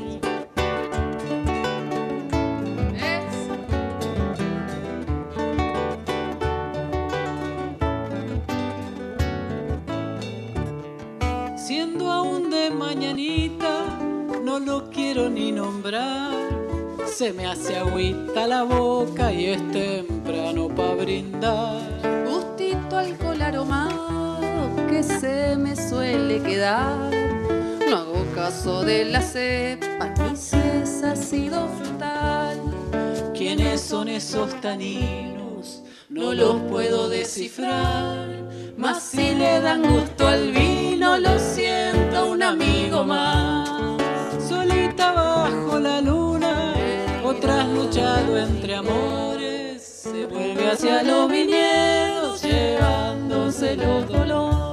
Siendo aún de mañanita, no lo quiero ni nombrar. Se me hace agüita la boca y es temprano pa' brindar. Gustito alcohol aromado que se me suele quedar. No hago caso de la cepa ni si es ácido frutal. ¿Quiénes son esos taninos? No los puedo descifrar. Mas si le dan gusto al vino, lo siento un amigo más. Solita bajo la luna, o trasnochado entre amores, se vuelve hacia los viñedos llevándose los dolores.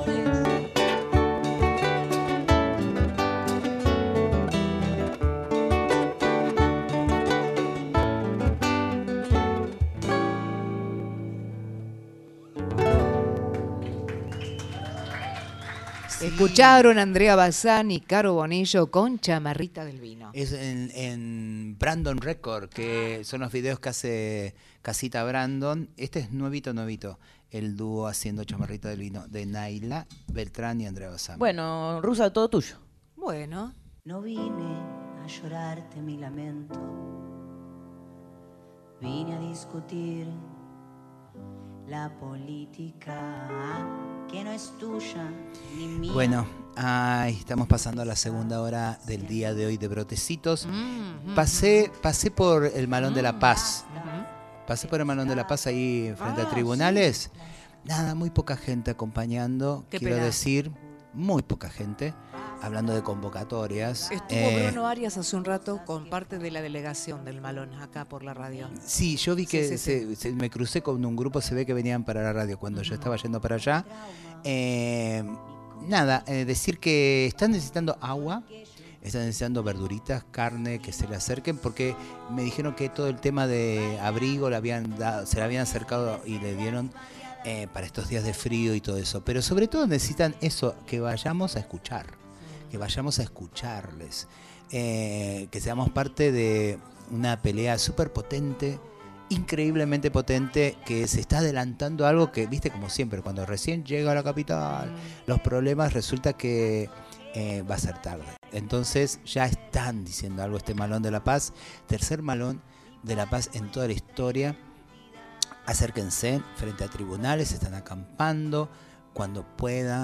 Escucharon a Andrea Bazán y Caro Bonillo con Chamarrita del Vino. Es en Brandon Record, que son los videos que hace Casita Brandon. Este es nuevito, el dúo haciendo Chamarrita del Vino de Naila Beltrán y Andrea Bazán. Bueno, Rusa, todo tuyo. Bueno. No vine a llorarte mi lamento, vine a discutir la política que no es tuya ni mía. Bueno, estamos pasando a la segunda hora del día de hoy de Brotecitos. Pasé por el Malón de la Paz. Pasé por el Malón de la Paz ahí frente a tribunales. Nada, muy poca gente acompañando. Qué Quiero pena. decir, muy poca gente. Hablando de convocatorias. Estuvo Bruno Arias hace un rato con parte de la delegación del Malón acá por la radio. Sí, yo vi que Sí. me crucé con un grupo, se ve que venían para la radio cuando yo estaba yendo para allá. Decir que están necesitando agua, están necesitando verduritas, carne, que se le acerquen, porque me dijeron que todo el tema de abrigo se le habían acercado y le dieron para estos días de frío y todo eso. Pero sobre todo necesitan eso, que vayamos a escuchar. Que vayamos a escucharles, que seamos parte de una pelea súper potente, increíblemente potente, que se está adelantando algo que, viste, como siempre, cuando recién llega a la capital, los problemas resulta que va a ser tarde. Entonces ya están diciendo algo este Malón de la Paz, tercer Malón de la Paz en toda la historia. Acérquense frente a tribunales, están acampando, cuando puedan.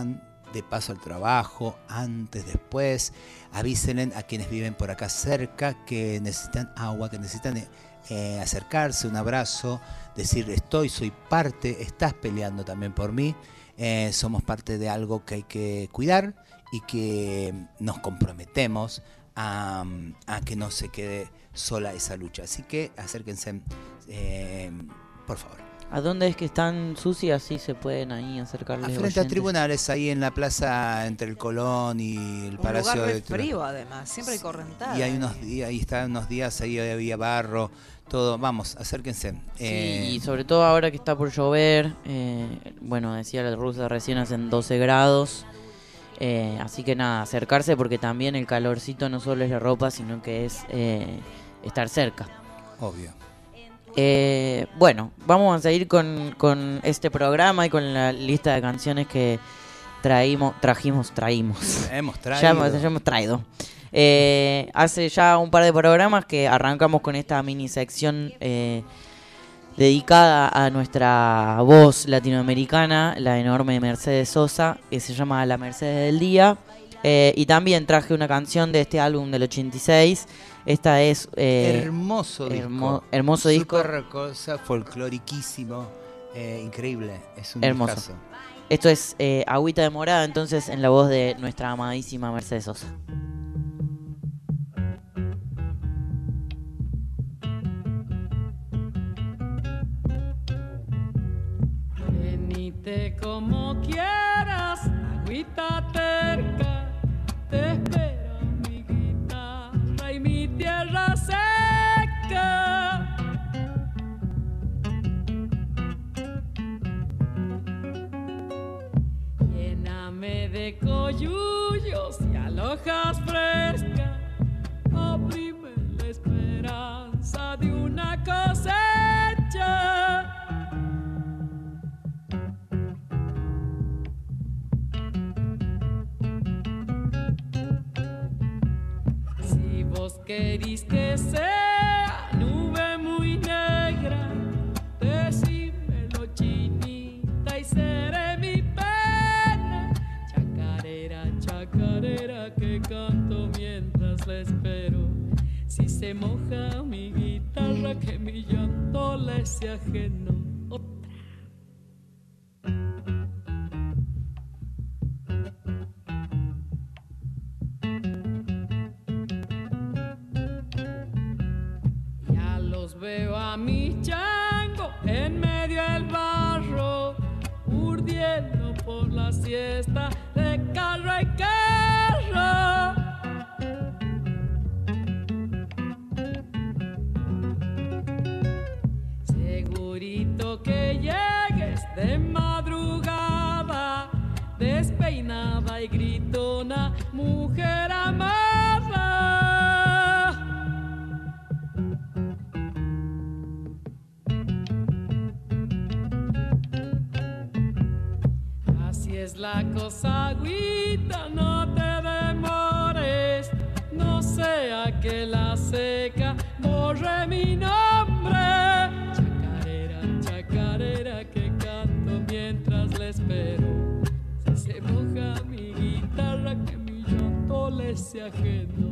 de paso al trabajo, antes, después. Avísenle a quienes viven por acá cerca que necesitan agua, que necesitan acercarse, un abrazo, decir soy parte, estás peleando también por mí, somos parte de algo que hay que cuidar y que nos comprometemos a que no se quede sola esa lucha. Así que acérquense, por favor. ¿A dónde es que están, Susi? Así se pueden ahí acercarles. Frente a tribunales, ahí en la plaza entre el Colón y el Palacio lugar de frío, además, siempre hay correntada. Y hay unos días, ahí están unos días, ahí había barro, todo. Vamos, acérquense. Sí, y sobre todo ahora que está por llover, bueno, decía la rusa recién, hacen 12 grados. Así que nada, acercarse, porque también el calorcito no solo es la ropa, sino que es estar cerca. Obvio. Bueno, vamos a seguir con este programa y con la lista de canciones que trajimos. Hemos Ya hemos traído. Hace ya un par de programas que arrancamos con esta mini sección dedicada a nuestra voz latinoamericana, la enorme Mercedes Sosa, que se llama La Mercedes del Día. Y también traje una canción de este álbum del 86. Esta es hermoso disco. Hermoso disco. Súper cosa, folcloriquísimo, increíble. Es un hermoso. discazo. Esto es Agüita de Morada, entonces, en la voz de nuestra amadísima Mercedes Sosa. Venite como quieras, agüita terca, te espero mi guitarra y mi tierra seca. Lléname de coyullos y alojas frescas, oprime la esperanza de una cosecha. Querís que sea nube muy negra, decímelo chinita y seré mi pena. Chacarera, chacarera que canto mientras la espero. Si se moja mi guitarra que mi llanto le sea ajeno. Veo a mi chango en medio del barro, urdiendo por la siesta de carro y carro. Segurito que llegues de madrugada, despeinada y gritona, mujer amada. Es la cosa, agüita, no te demores, no sea que la seca borre mi nombre. Chacarera, chacarera que canto mientras le espero. Si se moja mi guitarra que mi llanto le sea ajeno.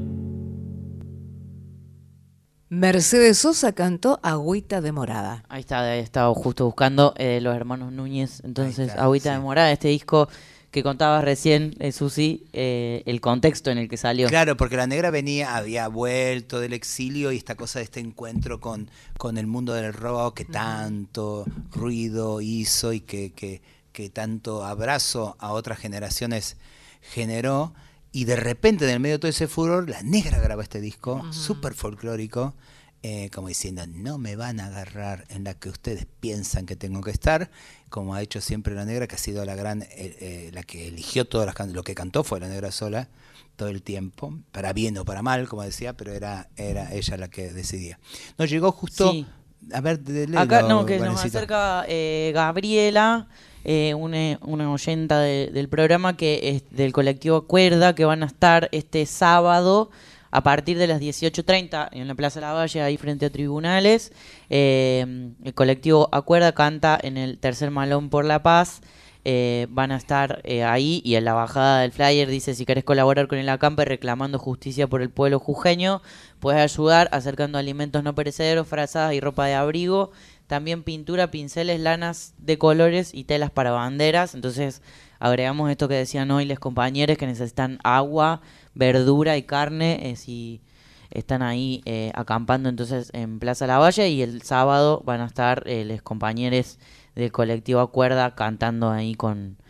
Mercedes Sosa cantó Agüita de Morada. Ahí está, he estado justo buscando los hermanos Núñez. Entonces, está, Agüita sí. de Morada, este disco que contabas recién, Susi, el contexto en el que salió. Claro, porque la negra había vuelto del exilio y esta cosa de este encuentro con el mundo del rock que tanto ruido hizo y que tanto abrazo a otras generaciones generó. Y de repente, en el medio de todo ese furor, la negra graba este disco, súper folclórico, como diciendo, no me van a agarrar en la que ustedes piensan que tengo que estar, como ha hecho siempre la negra, que ha sido la gran, la que eligió todas las canciones, lo que cantó fue la negra sola, todo el tiempo, para bien o para mal, como decía, pero era ella la que decidía. Nos llegó justo, Sí. A ver, Acá no, que nos Vanesito. acerca Gabriela, una oyenta del programa, que es del colectivo Acuerda, que van a estar este sábado a partir de las 18:30 en la Plaza Lavalle, ahí frente a tribunales. El colectivo Acuerda canta en el Tercer Malón por la Paz. van a estar ahí, y en la bajada del flyer dice: si querés colaborar con el acampe reclamando justicia por el pueblo jujeño, puedes ayudar acercando alimentos no perecederos, frazadas y ropa de abrigo, también pintura, pinceles, lanas de colores y telas para banderas. Entonces agregamos esto que decían hoy los compañeros, que necesitan agua, verdura y carne, si están ahí acampando entonces en Plaza Lavalle. Y el sábado van a estar los compañeros del colectivo Acuerda cantando ahí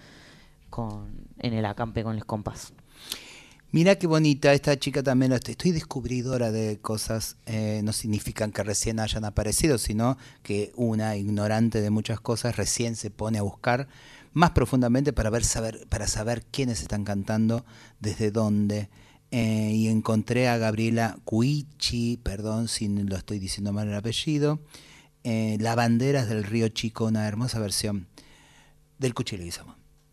en el acampe con los compas. Mirá qué bonita, esta chica también, estoy descubridora de cosas, no significan que recién hayan aparecido, sino que una ignorante de muchas cosas recién se pone a buscar más profundamente para saber quiénes están cantando, desde dónde. Y encontré a Gabriela Cuichi, perdón si lo estoy diciendo mal el apellido, Lavanderas del Río Chico, una hermosa versión del Cuchillo Leguizamo.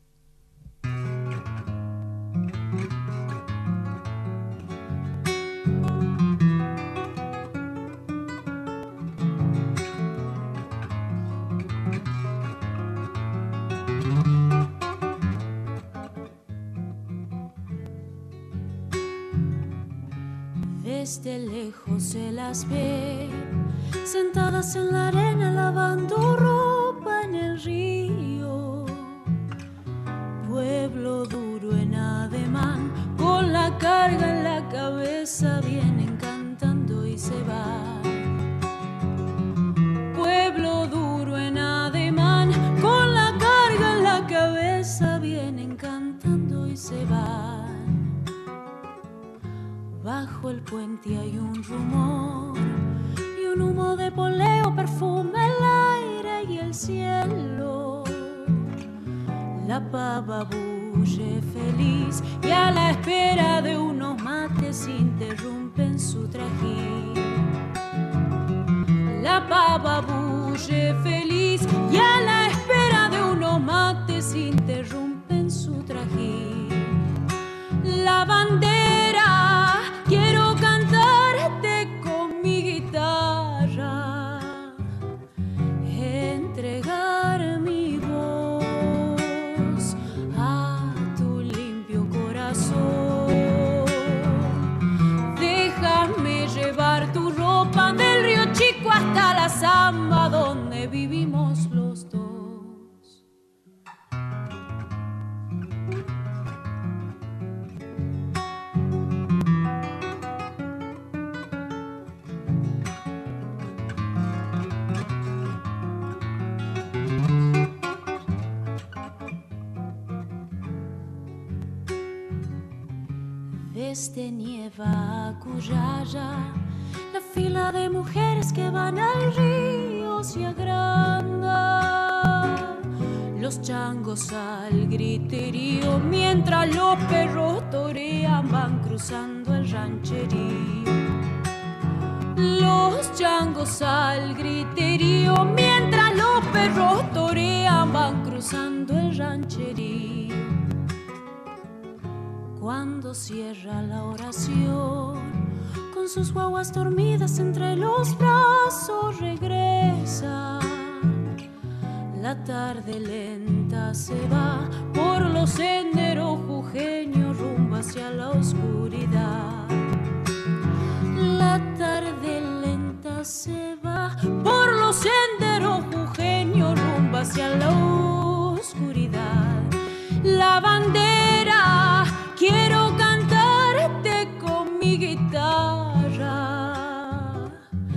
Desde lejos se las ve, sentadas en la arena lavando ropa en el río. Pueblo duro en ademán, con la carga en la cabeza, vienen cantando y se van. Pueblo duro en ademán, con la carga en la cabeza, vienen cantando y se van. Bajo el puente hay un rumor y un humo de poleo perfuma el aire y el cielo. La pava bulle feliz y a la espera de unos mates interrumpen su trajín. La pava bulle feliz y a la espera de unos mates interrumpen su trajín. La bandera, quiero cantarte con mi guitarra, entregar mi voz a tu limpio corazón. Déjame llevar tu ropa del Río Chico hasta la Zamba, donde vivimos los dos. Desde Nieva a Cuyaya, la fila de mujeres que van al río se agranda. Los changos al griterío, mientras los perros torean, van cruzando el rancherío. Los changos al griterío, mientras los perros torean, van cruzando el rancherío. Cuando cierra la oración, con sus guaguas dormidas entre los brazos regresa. La tarde lenta se va por los senderos jujeños rumbo hacia la oscuridad. La tarde lenta se va por los senderos jujeños rumbo hacia la oscuridad. La bandera, quiero cantarte con mi guitarra,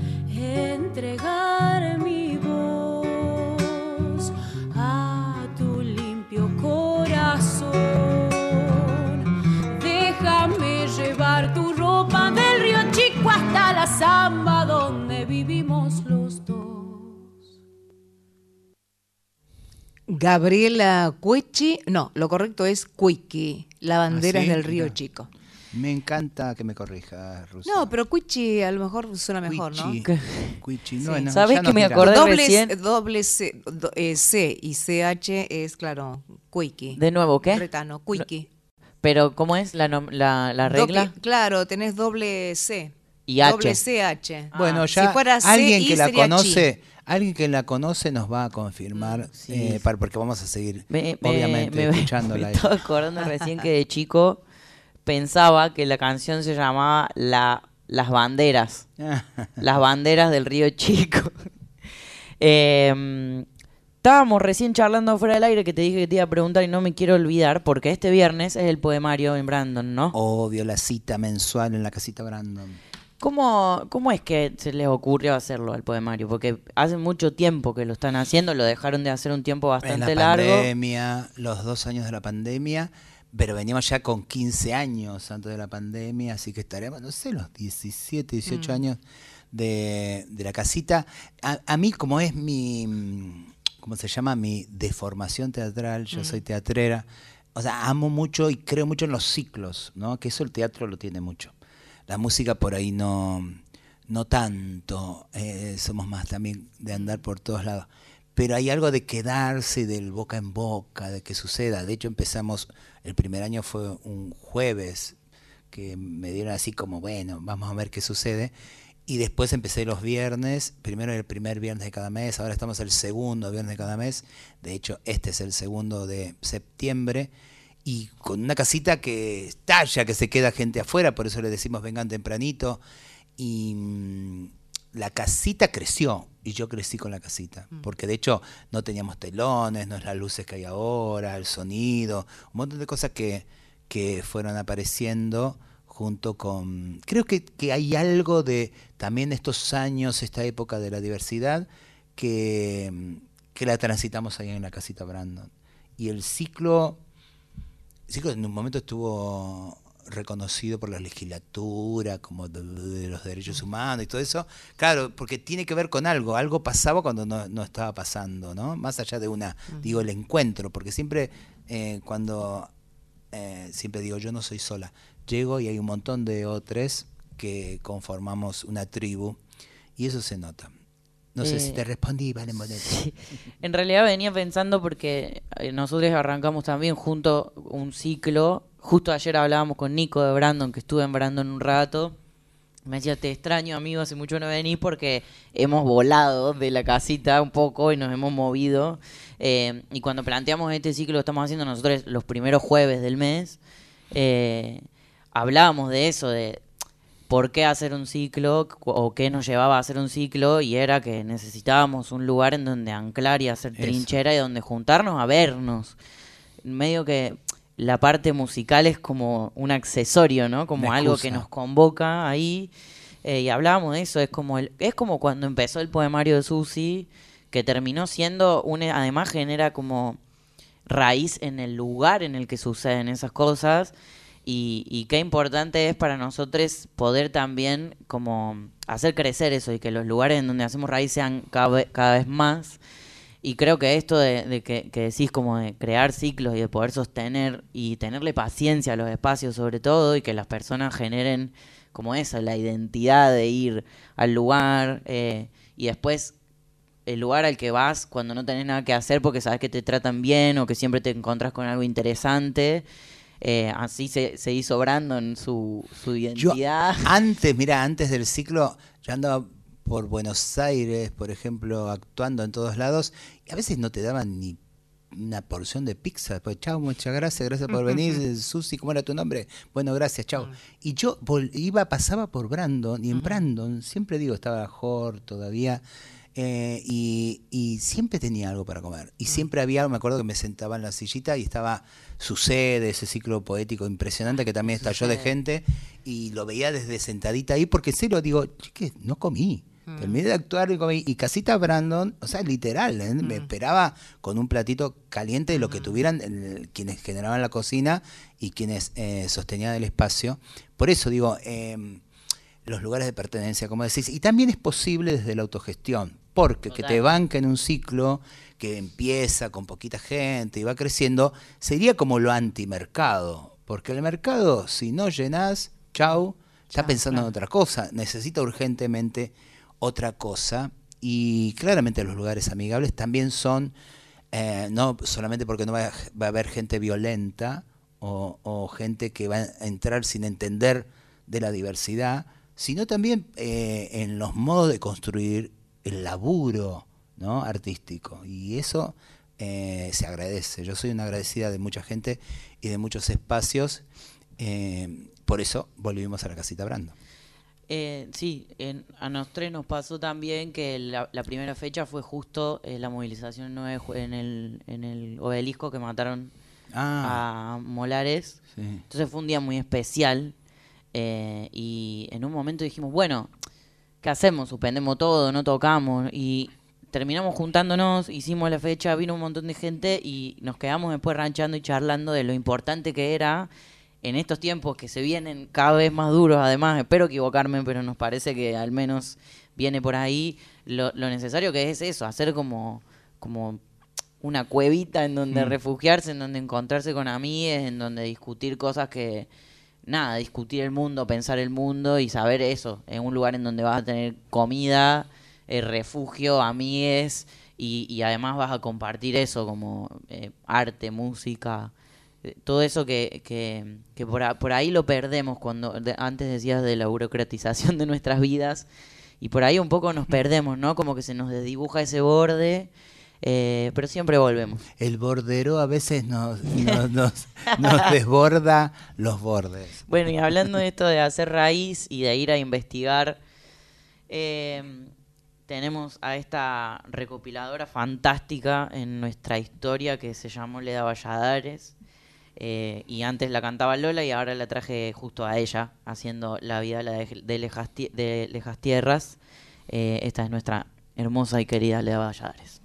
entregar mi voz a tu limpio corazón. Déjame llevar tu ropa del Río Chico hasta la Zamba, donde vivimos los dos. Gabriela Cuichi, no, lo correcto es Cuiqui, Lavanderas del Río Chico. Me encanta que me corrijas, Rusa. No, pero Cuichi a lo mejor suena mejor, Cuichi. ¿no? Cuichi, Sí. bueno, ¿Sabes ya que nos me dirán. acordé Doble recién? C y CH es, claro, Cuiqui. De nuevo, ¿qué? Retano, Cuiqui. Pero ¿cómo es la regla? Claro, tenés doble C. Y H. Doble CH. Bueno, ya si fuera alguien CI que la sería conoce, Alguien que la conoce nos va a confirmar, Sí. porque vamos a seguir, obviamente, escuchándola. Me estaba acordando recién que de chico pensaba que la canción se llamaba Las Banderas. Las Banderas del Río Chico. Estábamos recién charlando fuera del aire, que te dije que te iba a preguntar y no me quiero olvidar, porque este viernes es el poemario en Brandon, ¿no? Obvio, la cita mensual en la casita Brandon. ¿Cómo es que se les ocurrió hacerlo al poemario? Porque hace mucho tiempo que lo están haciendo, lo dejaron de hacer un tiempo bastante En la largo. pandemia, los 2 años de la pandemia, pero veníamos ya con 15 años antes de la pandemia, así que estaremos, no sé, los 17, 18 años de la casita. A mí, como es ¿cómo se llama? Mi deformación teatral, yo soy teatrera, o sea, amo mucho y creo mucho en los ciclos, ¿no? Que eso el teatro lo tiene mucho. La música por ahí no tanto, somos más también de andar por todos lados. Pero hay algo de quedarse del boca en boca, de que suceda. De hecho, empezamos, el primer año fue un jueves, que me dieron así como, bueno, vamos a ver qué sucede. Y después empecé los viernes, primero el primer viernes de cada mes, ahora estamos el segundo viernes de cada mes. De hecho, este es el 2 de septiembre. Y con una casita que estalla, que se queda gente afuera, por eso le decimos vengan tempranito. Y la casita creció, y yo crecí con la casita. Porque de hecho no teníamos telones, no es las luces que hay ahora, el sonido, un montón de cosas que fueron apareciendo junto con... Creo que hay algo de también estos años, esta época de la diversidad, que la transitamos ahí en la casita Brandon. Y el ciclo en un momento estuvo reconocido por la legislatura como de los derechos humanos y todo eso. Claro, porque tiene que ver con algo pasaba cuando no estaba pasando, ¿no? Más allá de digo, el encuentro, porque siempre siempre digo, yo no soy sola. Llego y hay un montón de otros que conformamos una tribu y eso se nota. No sé si te respondí, Valen Boneto. Sí. En realidad venía pensando porque nosotros arrancamos también junto un ciclo. Justo ayer hablábamos con Nico de Brandon, que estuve en Brandon un rato. Me decía, te extraño, amigo, hace mucho no venís porque hemos volado de la casita un poco y nos hemos movido. Y cuando planteamos este ciclo que estamos haciendo nosotros los primeros jueves del mes, hablábamos de eso, de por qué hacer un ciclo o qué nos llevaba a hacer un ciclo, y era que necesitábamos un lugar en donde anclar y hacer trinchera y donde juntarnos a vernos. Medio que la parte musical es como un accesorio, ¿no? Como algo que nos convoca ahí. Y hablábamos de eso, es como cuando empezó el poemario de Susi, que terminó siendo además genera como raíz en el lugar en el que suceden esas cosas. Y qué importante es para nosotros poder también como hacer crecer eso y que los lugares en donde hacemos raíz sean cada vez más. Y creo que esto de que decís como de crear ciclos y de poder sostener y tenerle paciencia a los espacios sobre todo, y que las personas generen como eso, la identidad de ir al lugar y después el lugar al que vas cuando no tenés nada que hacer porque sabes que te tratan bien o que siempre te encontrás con algo interesante. Así se hizo Brandon su identidad. Antes del ciclo, yo andaba por Buenos Aires, por ejemplo, actuando en todos lados, y a veces no te daban ni una porción de pizza. Pues chao, muchas gracias por venir. Susi, ¿cómo era tu nombre? Bueno, gracias, chao. Y yo pasaba por Brandon, y en Brandon, siempre digo, estaba Jor todavía, y siempre tenía algo para comer. Y siempre había algo, me acuerdo que me sentaba en la sillita y estaba Sucede, ese ciclo poético impresionante que también estalló de gente, y lo veía desde sentadita ahí, porque en serio digo, que no comí. Terminé de actuar y comí. Y casita Brandon, o sea, literal, me esperaba con un platito caliente de lo que tuvieran quienes generaban la cocina y quienes sostenían el espacio. Por eso digo, los lugares de pertenencia, como decís, y también es posible desde la autogestión, porque que te banquen un ciclo que empieza con poquita gente y va creciendo, sería como lo antimercado, porque el mercado, si no llenás, está pensando en otra cosa, necesita urgentemente otra cosa. Y claramente los lugares amigables también son, no solamente porque no va a haber gente violenta o gente que va a entrar sin entender de la diversidad, sino también en los modos de construir el laburo ¿no? Artístico. Y eso se agradece. Yo soy una agradecida de mucha gente y de muchos espacios. Por eso volvimos a la Casita Brando. Sí, a nosotros nos pasó también que la primera fecha fue justo la movilización 9 en el obelisco que mataron a Molares. Sí. Entonces fue un día muy especial y en un momento dijimos, bueno, ¿qué hacemos? Suspendemos todo, no tocamos y terminamos juntándonos, hicimos la fecha, vino un montón de gente y nos quedamos después ranchando y charlando de lo importante que era en estos tiempos que se vienen cada vez más duros. Además, espero equivocarme, pero nos parece que al menos viene por ahí lo necesario que es eso, hacer como una cuevita en donde refugiarse, en donde encontrarse con amigues, en donde discutir cosas que... Nada, discutir el mundo, pensar el mundo y saber eso, en un lugar en donde vas a tener comida, refugio, amigues y además vas a compartir eso como arte, música, todo eso que por ahí lo perdemos cuando antes decías de la burocratización de nuestras vidas y por ahí un poco nos perdemos, ¿no? Como que se nos desdibuja ese borde. Pero siempre volvemos. El bordero a veces nos desborda los bordes. Bueno, y hablando de esto de hacer raíz y de ir a investigar, tenemos a esta recopiladora fantástica en nuestra historia que se llamó Leda Valladares. Y antes la cantaba Lola y ahora la traje justo a ella, haciendo La vida de lejas tierras. Esta es nuestra hermosa y querida Leda Valladares.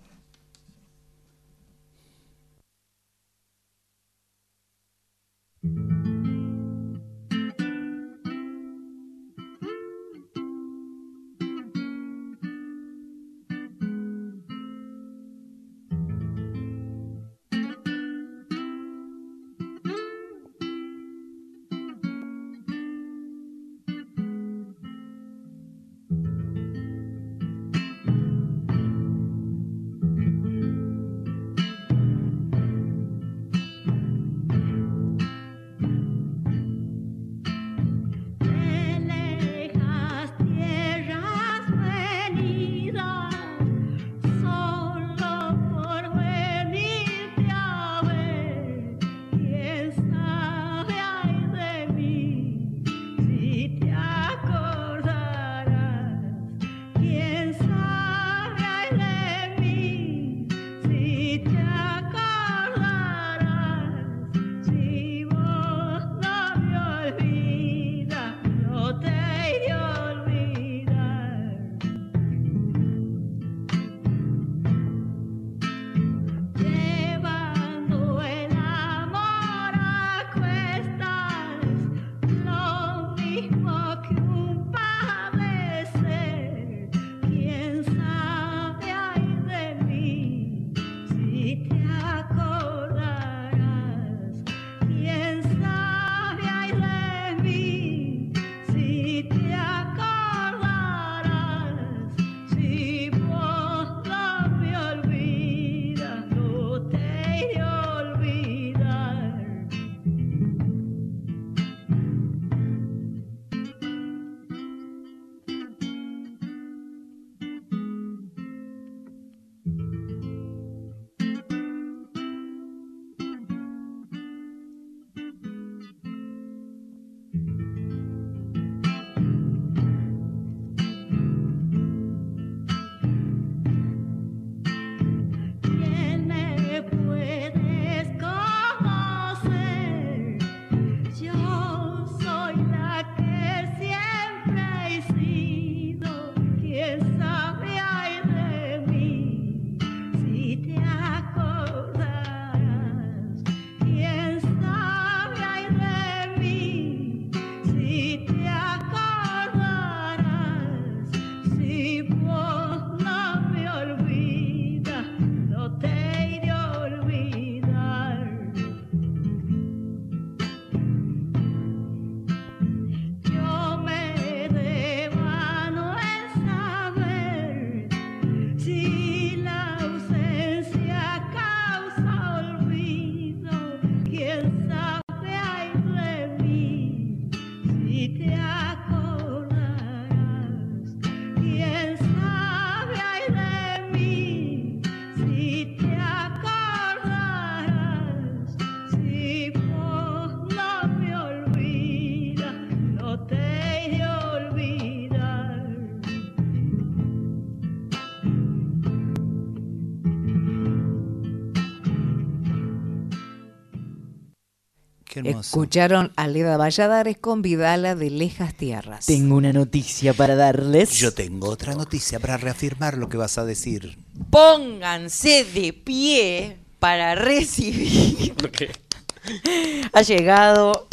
Qué hermoso. Escucharon a Leda Valladares con Vidala de Lejas Tierras. Tengo una noticia para darles. Yo tengo otra noticia para reafirmar lo que vas a decir. Pónganse de pie para recibir. Ha llegado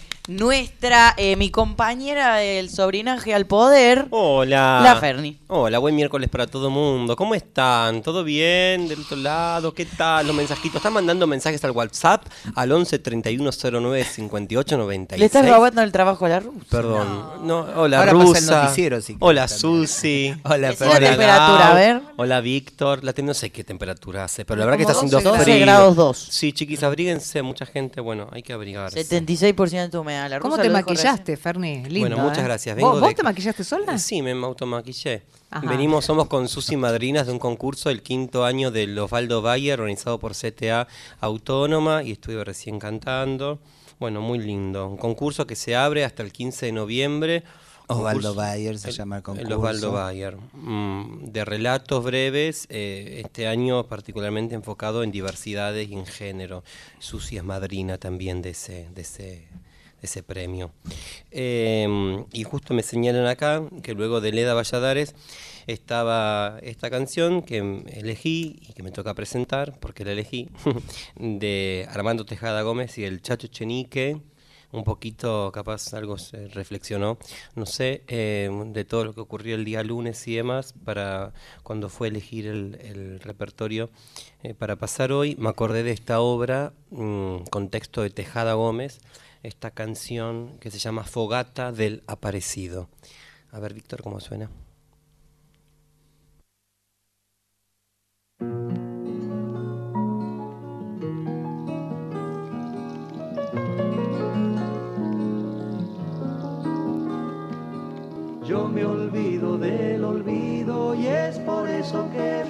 mi compañera del sobrinaje al poder. Hola. La Ferni. Hola, buen miércoles para todo mundo. ¿Cómo están? ¿Todo bien? ¿Del otro lado? ¿Qué tal? Los mensajitos. ¿Están mandando mensajes al WhatsApp? Al 11 31 09 58 96. Le estás robando el trabajo a la rusa. Perdón. No, hola, Ahora Rusa. pasa el noticiero, si hola, quieres también. Susi. Hola, Decí la temperatura, a ver. Hola, Víctor. No sé qué temperatura hace, pero la verdad que Como está haciendo 12 frío. grados 2. Sí, chiquis, abríguense. Mucha gente, bueno, hay que abrigarse. 76% de humedad. La ¿Cómo rusa te lo dijo maquillaste, Ferni? Lindo, Bueno, muchas gracias. ¿Vos Vengo te maquillaste sola? Sí, me automaquillé. Ajá. Somos con Susi madrinas de un concurso del 5º año del Osvaldo Bayer, organizado por CTA Autónoma, y estuve recién cantando. Bueno, muy lindo. Un concurso que se abre hasta el 15 de noviembre. Osvaldo Bayer se llama el concurso. El Osvaldo Bayer. De relatos breves, este año particularmente enfocado en diversidades y en género. Susi es madrina también de ese premio. Y justo me señalan acá que luego de Leda Valladares estaba esta canción que elegí y que me toca presentar, porque la elegí, de Armando Tejada Gómez y el Chacho Chenique. Un poquito, capaz algo se reflexionó, no sé, de todo lo que ocurrió el día lunes y demás, para cuando fue a elegir el repertorio para pasar hoy, me acordé de esta obra, con texto de Tejada Gómez, esta canción que se llama Fogata del Aparecido. A ver, Víctor, ¿cómo suena? Yo me olvido del olvido y es por eso que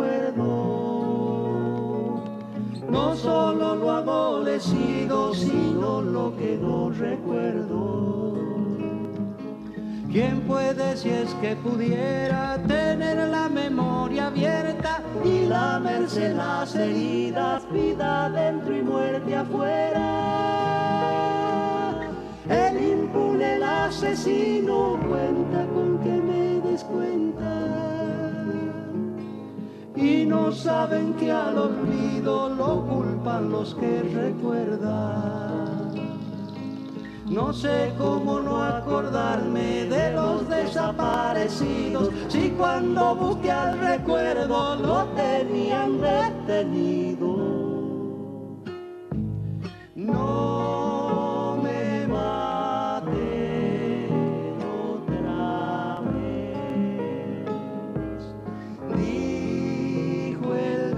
recuerdo no solo lo adolecido, sino lo que no recuerdo. ¿Quién puede, si es que pudiera, tener la memoria abierta y lamerse las heridas, vida dentro y muerte afuera? El impune, el asesino, cuenta con que me des cuenta. Y no saben que al olvido lo culpan los que recuerdan. No sé cómo no acordarme de los desaparecidos, si cuando busqué al recuerdo lo tenían detenido. No me maten otra vez, dijo el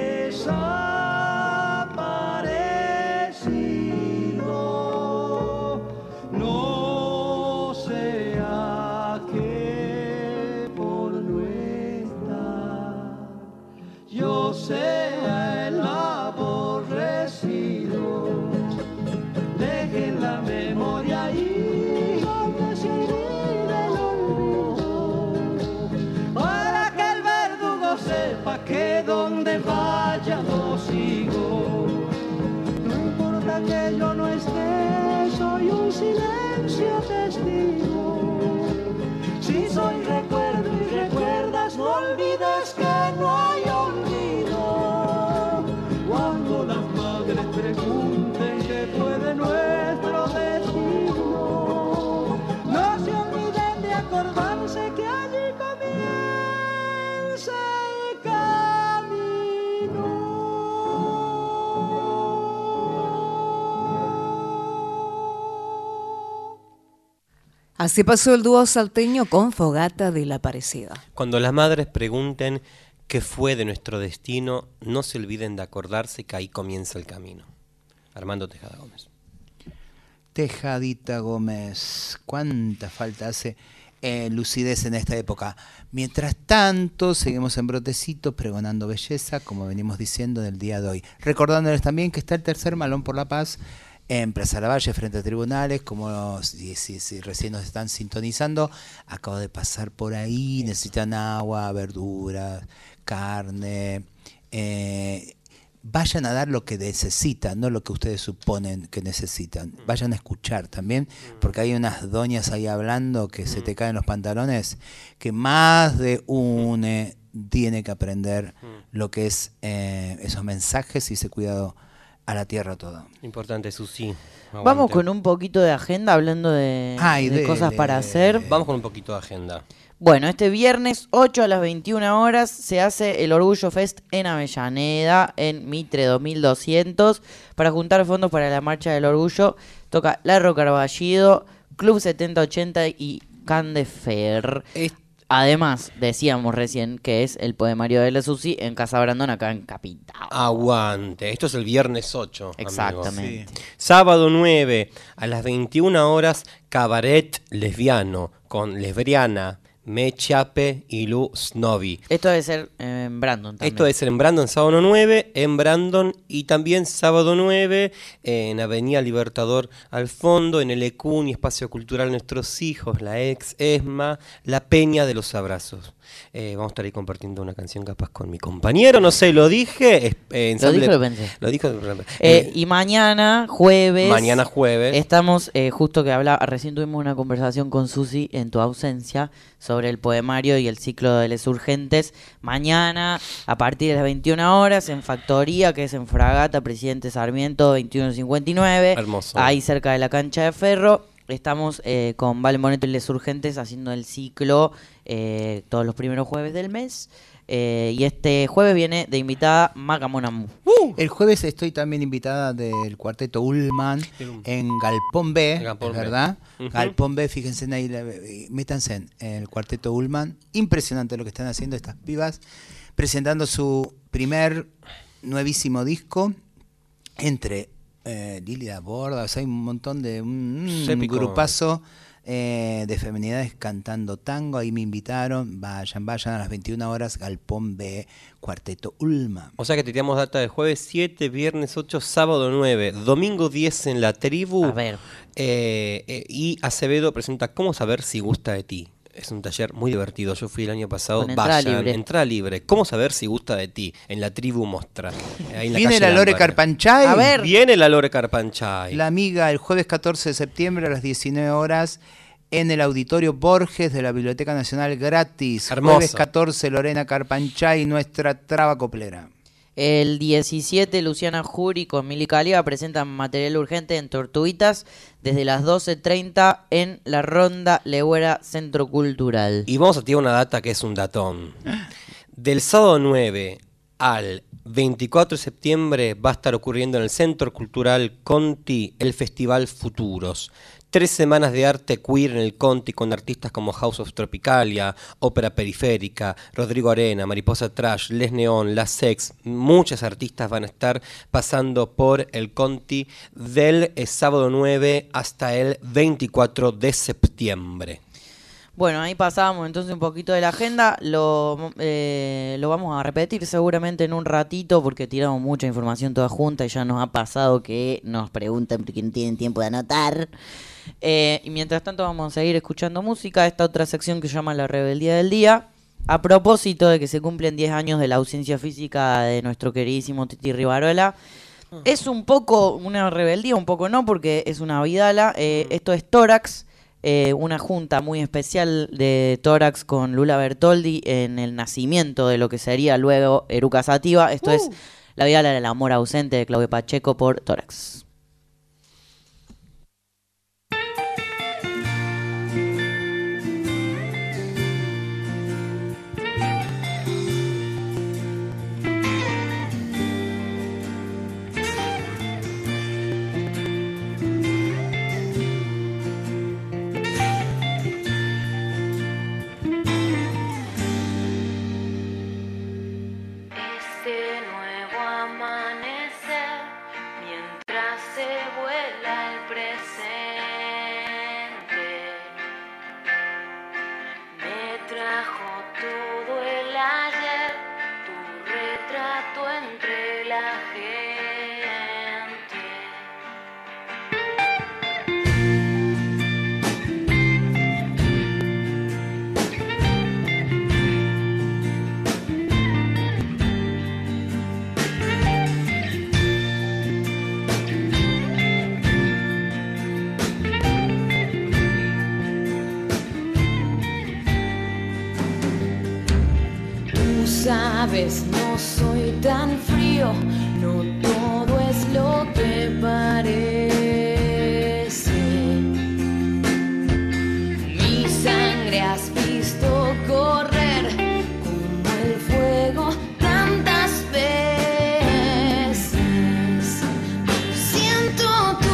desaparecido. No sea que por no estar yo sea el aborrecido. Dejen la memoria ahí donde se olvida el olvido, para que el verdugo sepa que donde vaya lo sigo. No importa que yo no esté, soy un silencio testigo. Si soy recuerdo y recuerdas, no olvides que no hay olvido. Cuando las madres pregunten qué fue de nuestro destino, no se olviden de acordarse que allí comienza el camino. Así pasó el dúo salteño con Fogata de la Aparecida. Cuando las madres pregunten qué fue de nuestro destino, no se olviden de acordarse que ahí comienza el camino. Armando Tejada Gómez. Tejadita Gómez, cuánta falta hace lucidez en esta época. Mientras tanto, seguimos en Brotecitos pregonando belleza, como venimos diciendo del día de hoy. Recordándoles también que está el tercer Malón por la Paz en Plaza Lavalle, frente a tribunales, como si recién nos están sintonizando, acabo de pasar por ahí, necesitan agua, verduras, carne, vayan a dar lo que necesitan, no lo que ustedes suponen que necesitan. Vayan a escuchar también, porque hay unas doñas ahí hablando que se te caen los pantalones, que más de uno tiene que aprender lo que es esos mensajes y ese cuidado a la tierra toda. Importante, Susi. Vamos con un poquito de agenda, hablando de cosas para hacer. Vamos con un poquito de agenda. Bueno, este viernes 8 a las 21 horas se hace el Orgullo Fest en Avellaneda, en Mitre 2200, para juntar fondos para la Marcha del Orgullo. Toca Larro Carballido, Club 7080 y Candefer. Además, decíamos recién que es el poemario de la Susi en Casa Brandon, acá en Capital. Aguante. Esto es el viernes 8. Exactamente. Sí. Sábado 9 a las 21 horas, Cabaret Lesbiano con Lesbriana, Mechape y Lu Snovi. Esto debe ser en Brandon también. Esto debe ser en Brandon, sábado 9, en Brandon, y también sábado 9 en Avenida Libertador al fondo, en el ECUNI, Espacio Cultural Nuestros Hijos, la ex ESMA, La Peña de los Abrazos. Vamos a estar ahí compartiendo una canción capaz con mi compañero, no sé, lo dije. Lo dije, lo pensé. Lo dijo. Y mañana jueves. Mañana jueves. Estamos, justo que recién tuvimos una conversación con Susi en tu ausencia sobre el poemario y el ciclo de Les Urgentes. Mañana, a partir de las 21 horas, en Factoría, que es en Fragata, Presidente Sarmiento, 2159. Hermoso. Ahí cerca de la cancha de Ferro. Estamos con Vale Moneto y Les Urgentes haciendo el ciclo todos los primeros jueves del mes. Y este jueves viene de invitada Maca Monamu. El jueves estoy también invitada del Cuarteto Ullman en Galpón B, ¿verdad? Galpón B, fíjense ahí, métanse en el Cuarteto Ullman. Impresionante lo que están haciendo estas pibas, presentando su primer nuevísimo disco entre Lilia Borda, o sea, hay un montón de un grupazo de feminidades cantando tango. Ahí me invitaron, vayan a las 21 horas, Galpón B, Cuarteto Ullman. O sea que te damos data de jueves 7, viernes 8, sábado 9, domingo 10 en La Tribu. A ver. Y Acevedo presenta Cómo saber si gusta de ti. Es un taller muy divertido. Yo fui el año pasado. Con entrada libre. Entrada libre. ¿Cómo saber si gusta de ti? En La Tribu Mostra. Viene la Lore Carpanchay. A ver. Viene la Lore Carpanchay. La amiga, el jueves 14 de septiembre a las 19 horas en el Auditorio Borges de la Biblioteca Nacional, gratis. Hermoso. Jueves 14, Lorena Carpanchay, nuestra traba coplera. El 17, Luciana Jury con Mili Caliga presentan Material Urgente en Tortuguitas desde las 12:30 en la Ronda Legüera Centro Cultural. Y vamos a tirar una data que es un datón. Del sábado 9 al 24 de septiembre va a estar ocurriendo en el Centro Cultural Conti el Festival Futuros. 3 semanas de arte queer en el Conti con artistas como House of Tropicalia, Ópera Periférica, Rodrigo Arena, Mariposa Trash, Les Neón, La Sex. Muchas artistas van a estar pasando por el Conti del sábado 9 hasta el 24 de septiembre. Bueno, ahí pasábamos entonces un poquito de la agenda. Lo vamos a repetir seguramente en un ratito porque tiramos mucha información toda junta y ya nos ha pasado que nos preguntan porque no tienen tiempo de anotar. Y mientras tanto vamos a seguir escuchando música. Esta otra sección que se llama La Rebeldía del Día. A propósito de que se cumplen 10 años de la ausencia física de nuestro queridísimo Titi Rivarola. Es un poco una rebeldía, un poco no, porque es una vidala. Esto es Tórax. Una junta muy especial de Tórax con Lula Bertoldi en el nacimiento de lo que sería luego Eruca Sativa. Esto es La Vidala del Amor Ausente de Claudio Pacheco por Tórax. Ese nuevo amanecer, mientras vez no soy tan frío, no todo es lo que parece. Mi sangre has visto correr como el fuego tantas veces. Siento tu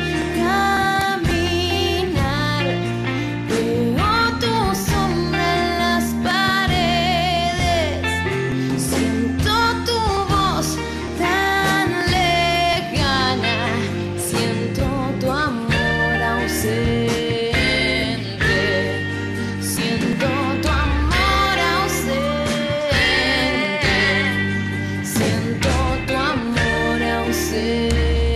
caminar, veo tu sombra en las paredes. Siento tu voz tan lejana, siento tu amor ausente. Siento tu amor ausente. Siento tu amor ausente.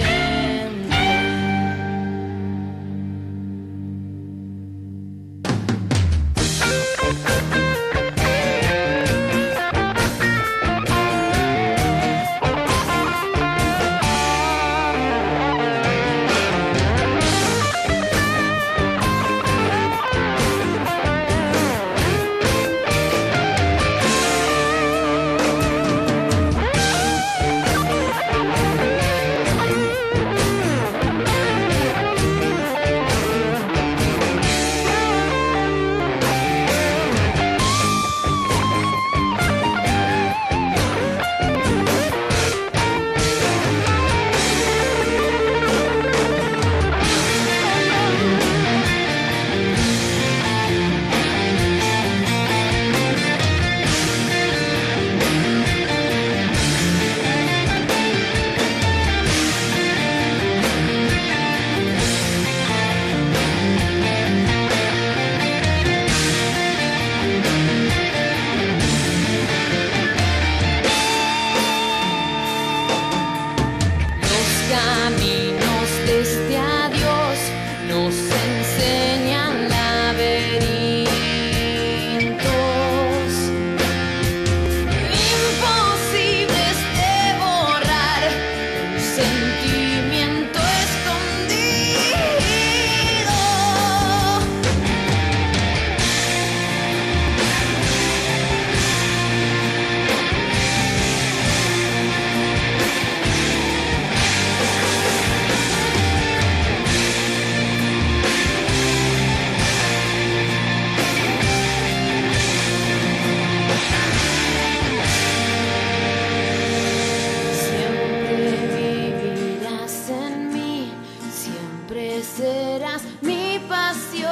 Los caminos de este adiós nos enseñan laberintos imposibles de borrar, un sentimiento escondido. Siempre vivirás en mí, siempre serás mi pasión.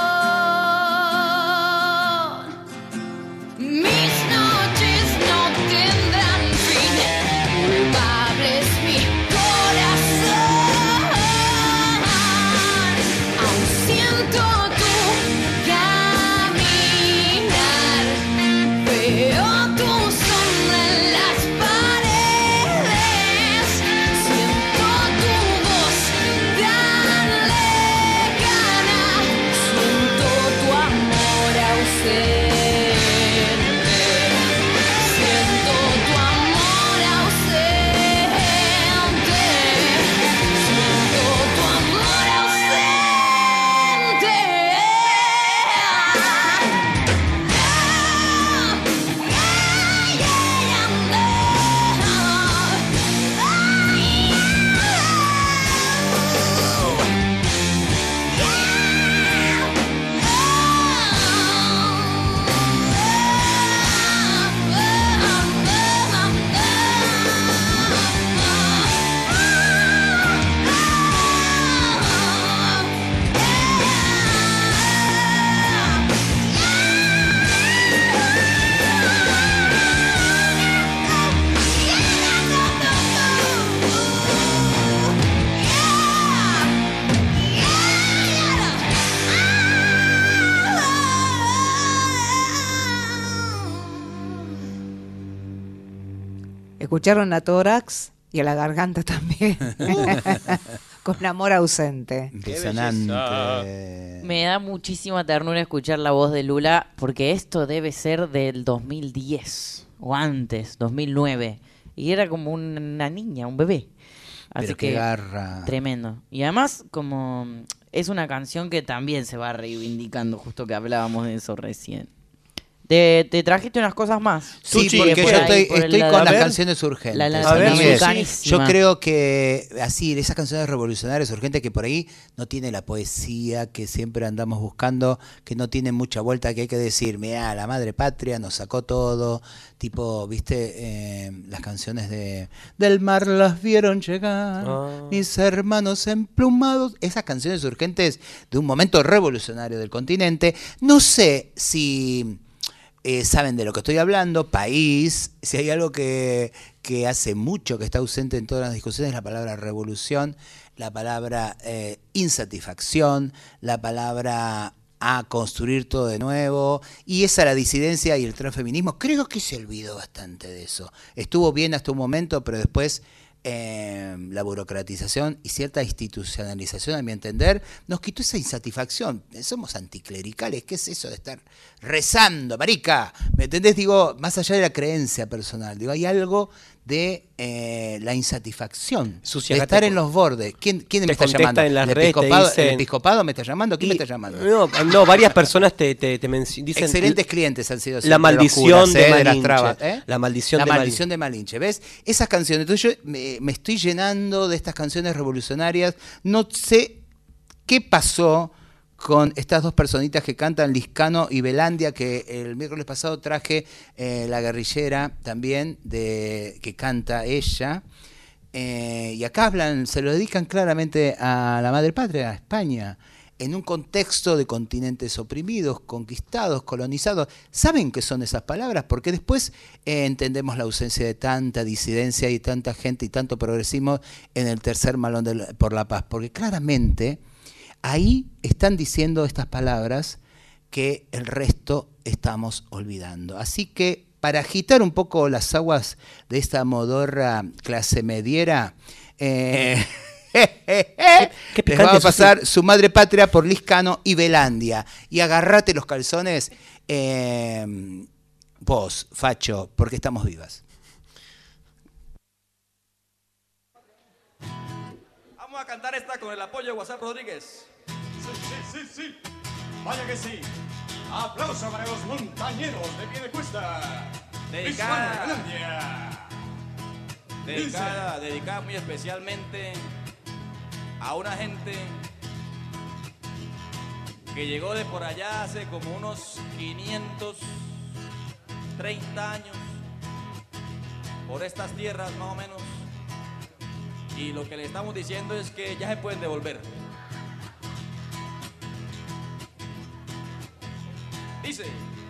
Mis noches no tendrán fin, culpable es mi corazón. Aún siento tu caminar, veo tu sombra en las paredes. Siento tu voz tan lejana, siento tu amor ausente. Siento tu amor ausente. Siento tu amor Escucharon a Tórax y a la garganta también. Con amor ausente. Impresionante. Me da muchísima ternura escuchar la voz de Lula, porque esto debe ser del 2010 o antes, 2009. Y era como una niña, un bebé. Así Pero que qué garra. tremendo. Y además, como es una canción que también se va reivindicando, justo que hablábamos de eso recién. Te trajiste unas cosas más. Sí, Suchi, porque por yo ahí, por estoy el con lado- las ver. canciones urgentes. La A ver, latinoamericanísima. Yo creo que así, esas canciones revolucionarias urgentes que por ahí no tiene la poesía que siempre andamos buscando, que no tienen mucha vuelta, que hay que decir, mira, la madre patria nos sacó todo, tipo, viste, las canciones de Del mar las vieron llegar, mis hermanos emplumados, esas canciones urgentes de un momento revolucionario del continente. No sé si saben de lo que estoy hablando, país, si hay algo que hace mucho que está ausente en todas las discusiones, la palabra revolución, la palabra insatisfacción, la palabra a construir todo de nuevo, y esa la disidencia y el transfeminismo. Creo que se olvidó bastante de eso. Estuvo bien hasta un momento, pero después la burocratización y cierta institucionalización, a mi entender, nos quitó esa insatisfacción. Somos anticlericales, ¿qué es eso de estar rezando, marica? ¿Me entendés? Digo, más allá de la creencia personal, digo, hay algo de la insatisfacción, Sucia, de acá estar te en los bordes. ¿Quién me está contestan llamando? en las ¿El redes, te episcopado, dicen- ¿El episcopado me está llamando? ¿Quién me está llamando? No, varias personas te dicen... Excelentes clientes han sido La siempre los maldición curas, de de las Malinche. trabas, ¿eh? La maldición La de maldición de Malinche, ¿ves? Esas canciones. Entonces yo me estoy llenando de estas canciones revolucionarias. No sé qué pasó con estas dos personitas que cantan, Liscano y Belandia, que el miércoles pasado traje la guerrillera también, que canta ella. Y acá hablan, se lo dedican claramente a la madre patria, a España, en un contexto de continentes oprimidos, conquistados, colonizados. ¿Saben qué son esas palabras? Porque después entendemos la ausencia de tanta disidencia y tanta gente y tanto progresismo en el tercer malón por la paz. Porque claramente ahí están diciendo estas palabras que el resto estamos olvidando. Así que para agitar un poco las aguas de esta modorra clase mediera, les vamos a pasar Su Madre Patria por Liscano y Belandia. Y agarrate los calzones, vos, Facho, porque estamos vivas. Vamos a cantar esta con el apoyo de WhatsApp Rodríguez. Sí. Vaya que sí. Aplauso para los montañeros de Piedecuesta. Dedicada muy especialmente a una gente que llegó de por allá hace como unos 530 años por estas tierras más o menos, y lo que le estamos diciendo es que ya se pueden devolver. Dice: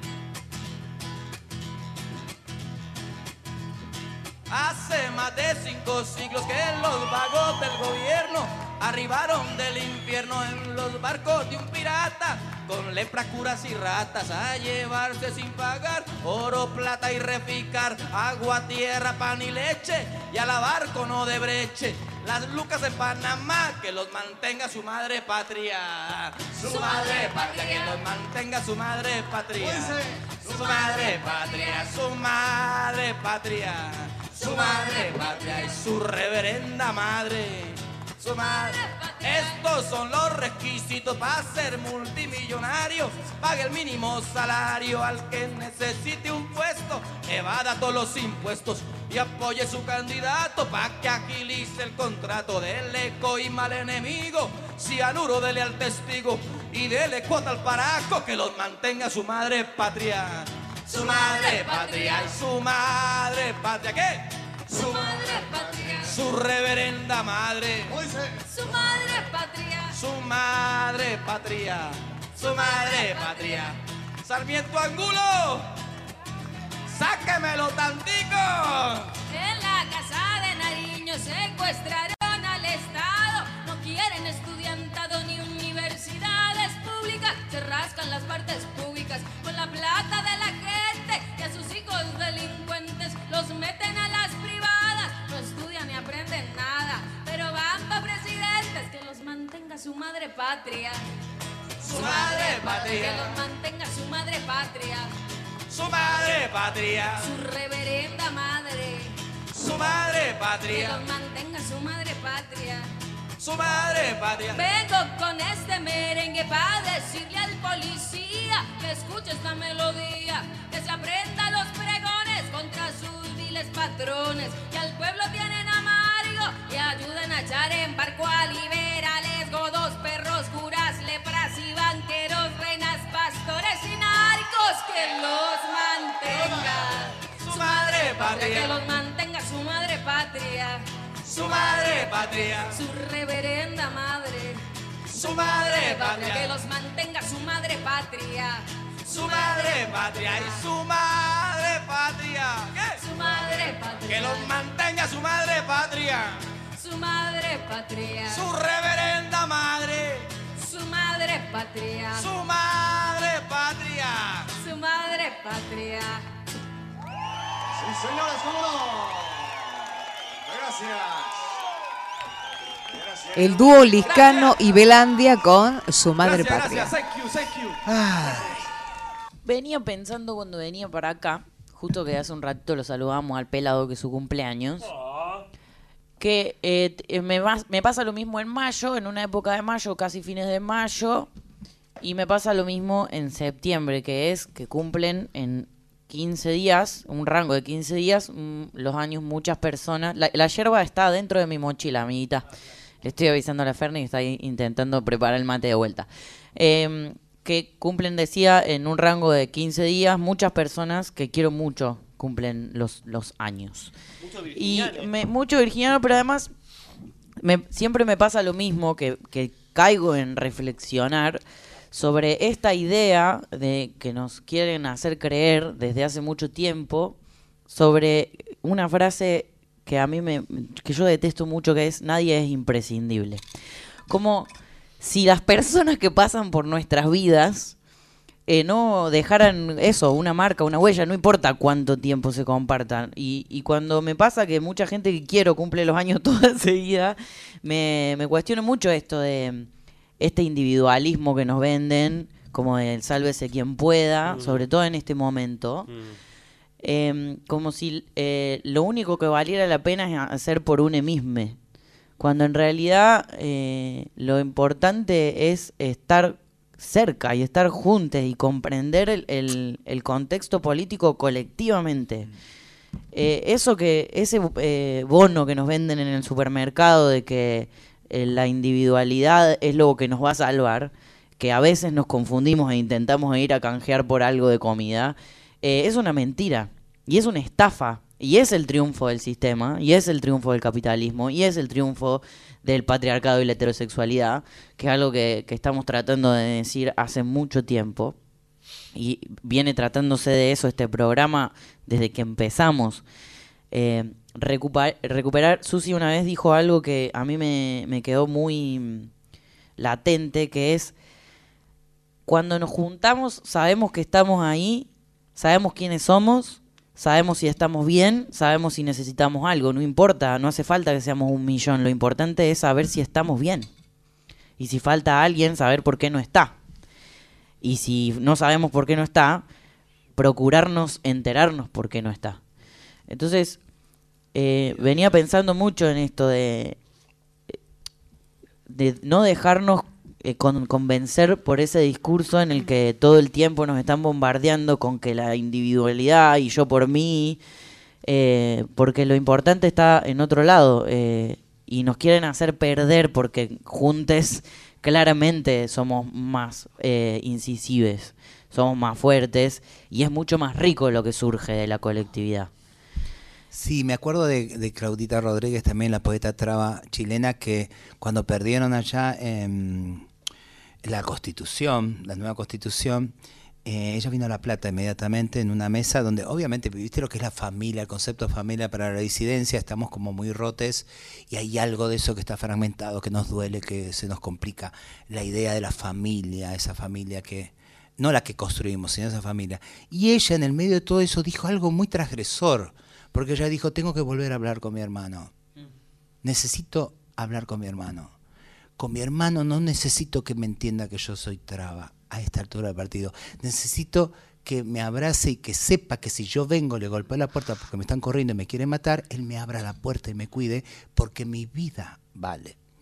hace más de 5 siglos que los vagos del gobierno arribaron del infierno en los barcos de un pirata, con lepra, curas y ratas, a llevarse sin pagar oro, plata y reficar, agua, tierra, pan y leche, y a la barco no de breche. Las lucas en Panamá, que los mantenga su madre patria. Su madre patria, que los mantenga su madre patria. Su madre patria, su madre patria. Su madre patria y su reverenda madre. Su madre. Estos son los requisitos para ser multimillonario. Pague el mínimo salario al que necesite un puesto, evada todos los impuestos y apoye su candidato para que agilice el contrato. Dele coima al enemigo, cianuro dele al testigo y dele cuota al paraco, que los mantenga su madre patria. Su madre patria y su madre patria. ¿Qué? Su madre patria, su reverenda madre, su madre patria, su madre patria, su madre patria. Sarmiento Angulo, sáquemelo tantico. En la casa de Nariño secuestraron al Estado. No quieren estudiantado ni universidades públicas. Se rascan las partes públicas con la plata de la gente, y a sus hijos delincuentes los meten a las privadas. No estudian ni aprenden nada, pero van pa' presidentes. Que los mantenga su madre patria. Su madre patria. Que los mantenga su madre patria. Su madre patria. Su reverenda madre. Su madre Que patria. los mantenga su madre patria. su madre patria. Vengo con este merengue para decirle al policía que escuche esta melodía, que se aprenda los pregones contra sus viles patrones, que al pueblo tienen amargo y ayuden a echar en barco a liberales, godos, perros, curas, lepras y banqueros, reinas, pastores y narcos, que los mantenga su madre patria. que los mantenga su madre patria. Su madre patria, su reverenda madre, su madre patria, que los mantenga su madre patria, su madre patria y su madre patria. ¿Qué? Su madre patria, que los mantenga su madre patria, su madre patria, su reverenda madre, su madre patria, su madre patria, su madre patria. Sí, señores, cómo no. Gracias. El dúo Liscano y Belandia con su madre patria. Gracias, thank you. Venía pensando cuando venía para acá, justo que hace un ratito lo saludamos al pelado que es su cumpleaños, que me pasa lo mismo en mayo, en una época de mayo, casi fines de mayo, y me pasa lo mismo en septiembre, que es que cumplen en 15 días, un rango de 15 días, los años muchas personas. La yerba está dentro de mi mochila, amiguita. Le estoy avisando a la Ferni que está ahí intentando preparar el mate de vuelta. Que cumplen, decía, en un rango de 15 días, muchas personas que quiero mucho cumplen los años. Mucho virginiano. Mucho virginiano, pero además siempre me pasa lo mismo, que caigo en reflexionar sobre esta idea de que nos quieren hacer creer desde hace mucho tiempo, sobre una frase que a mí que yo detesto mucho, que es: nadie es imprescindible. Como si las personas que pasan por nuestras vidas no dejaran eso, una marca, una huella, no importa cuánto tiempo se compartan. Y cuando me pasa que mucha gente que quiero cumple los años toda seguida, me cuestiono mucho esto de este individualismo que nos venden, como el sálvese quien pueda, sobre todo en este momento. Como si lo único que valiera la pena es hacer por uno mismo, cuando en realidad lo importante es estar cerca y estar juntos y comprender el contexto político colectivamente. Ese bono que nos venden en el supermercado de que la individualidad es lo que nos va a salvar, que a veces nos confundimos e intentamos ir a canjear por algo de comida, es una mentira y es una estafa, y es el triunfo del sistema, y es el triunfo del capitalismo, y es el triunfo del patriarcado y la heterosexualidad, que es algo que estamos tratando de decir hace mucho tiempo, y viene tratándose de eso este programa desde que empezamos. Recuperar, Susi una vez dijo algo que a mí me quedó muy latente, que es: cuando nos juntamos sabemos que estamos ahí, sabemos quiénes somos, sabemos si estamos bien, sabemos si necesitamos algo, no importa, no hace falta que seamos 1 millón, lo importante es saber si estamos bien, y si falta alguien, saber por qué no está, y si no sabemos por qué no está, procurarnos enterarnos por qué no está. Entonces venía pensando mucho en esto de no dejarnos convencer por ese discurso en el que todo el tiempo nos están bombardeando con que la individualidad y yo por mí, porque lo importante está en otro lado, y nos quieren hacer perder porque juntos claramente somos más incisives, somos más fuertes, y es mucho más rico lo que surge de la colectividad. Sí, me acuerdo de Claudita Rodríguez, también la poeta traba chilena, que cuando perdieron allá la Constitución, la nueva Constitución, ella vino a La Plata inmediatamente en una mesa donde obviamente viste lo que es la familia, el concepto de familia para la disidencia, estamos como muy rotes y hay algo de eso que está fragmentado, que nos duele, que se nos complica, la idea de la familia, esa familia que, no la que construimos, sino esa familia. Y ella en el medio de todo eso dijo algo muy transgresor, porque ella dijo: tengo que volver a hablar con mi hermano, necesito hablar con mi hermano. Con mi hermano no necesito que me entienda que yo soy traba a esta altura del partido. Necesito que me abrace y que sepa que si yo vengo, le golpeo la puerta porque me están corriendo y me quieren matar, él me abra la puerta y me cuide, porque mi vida vale.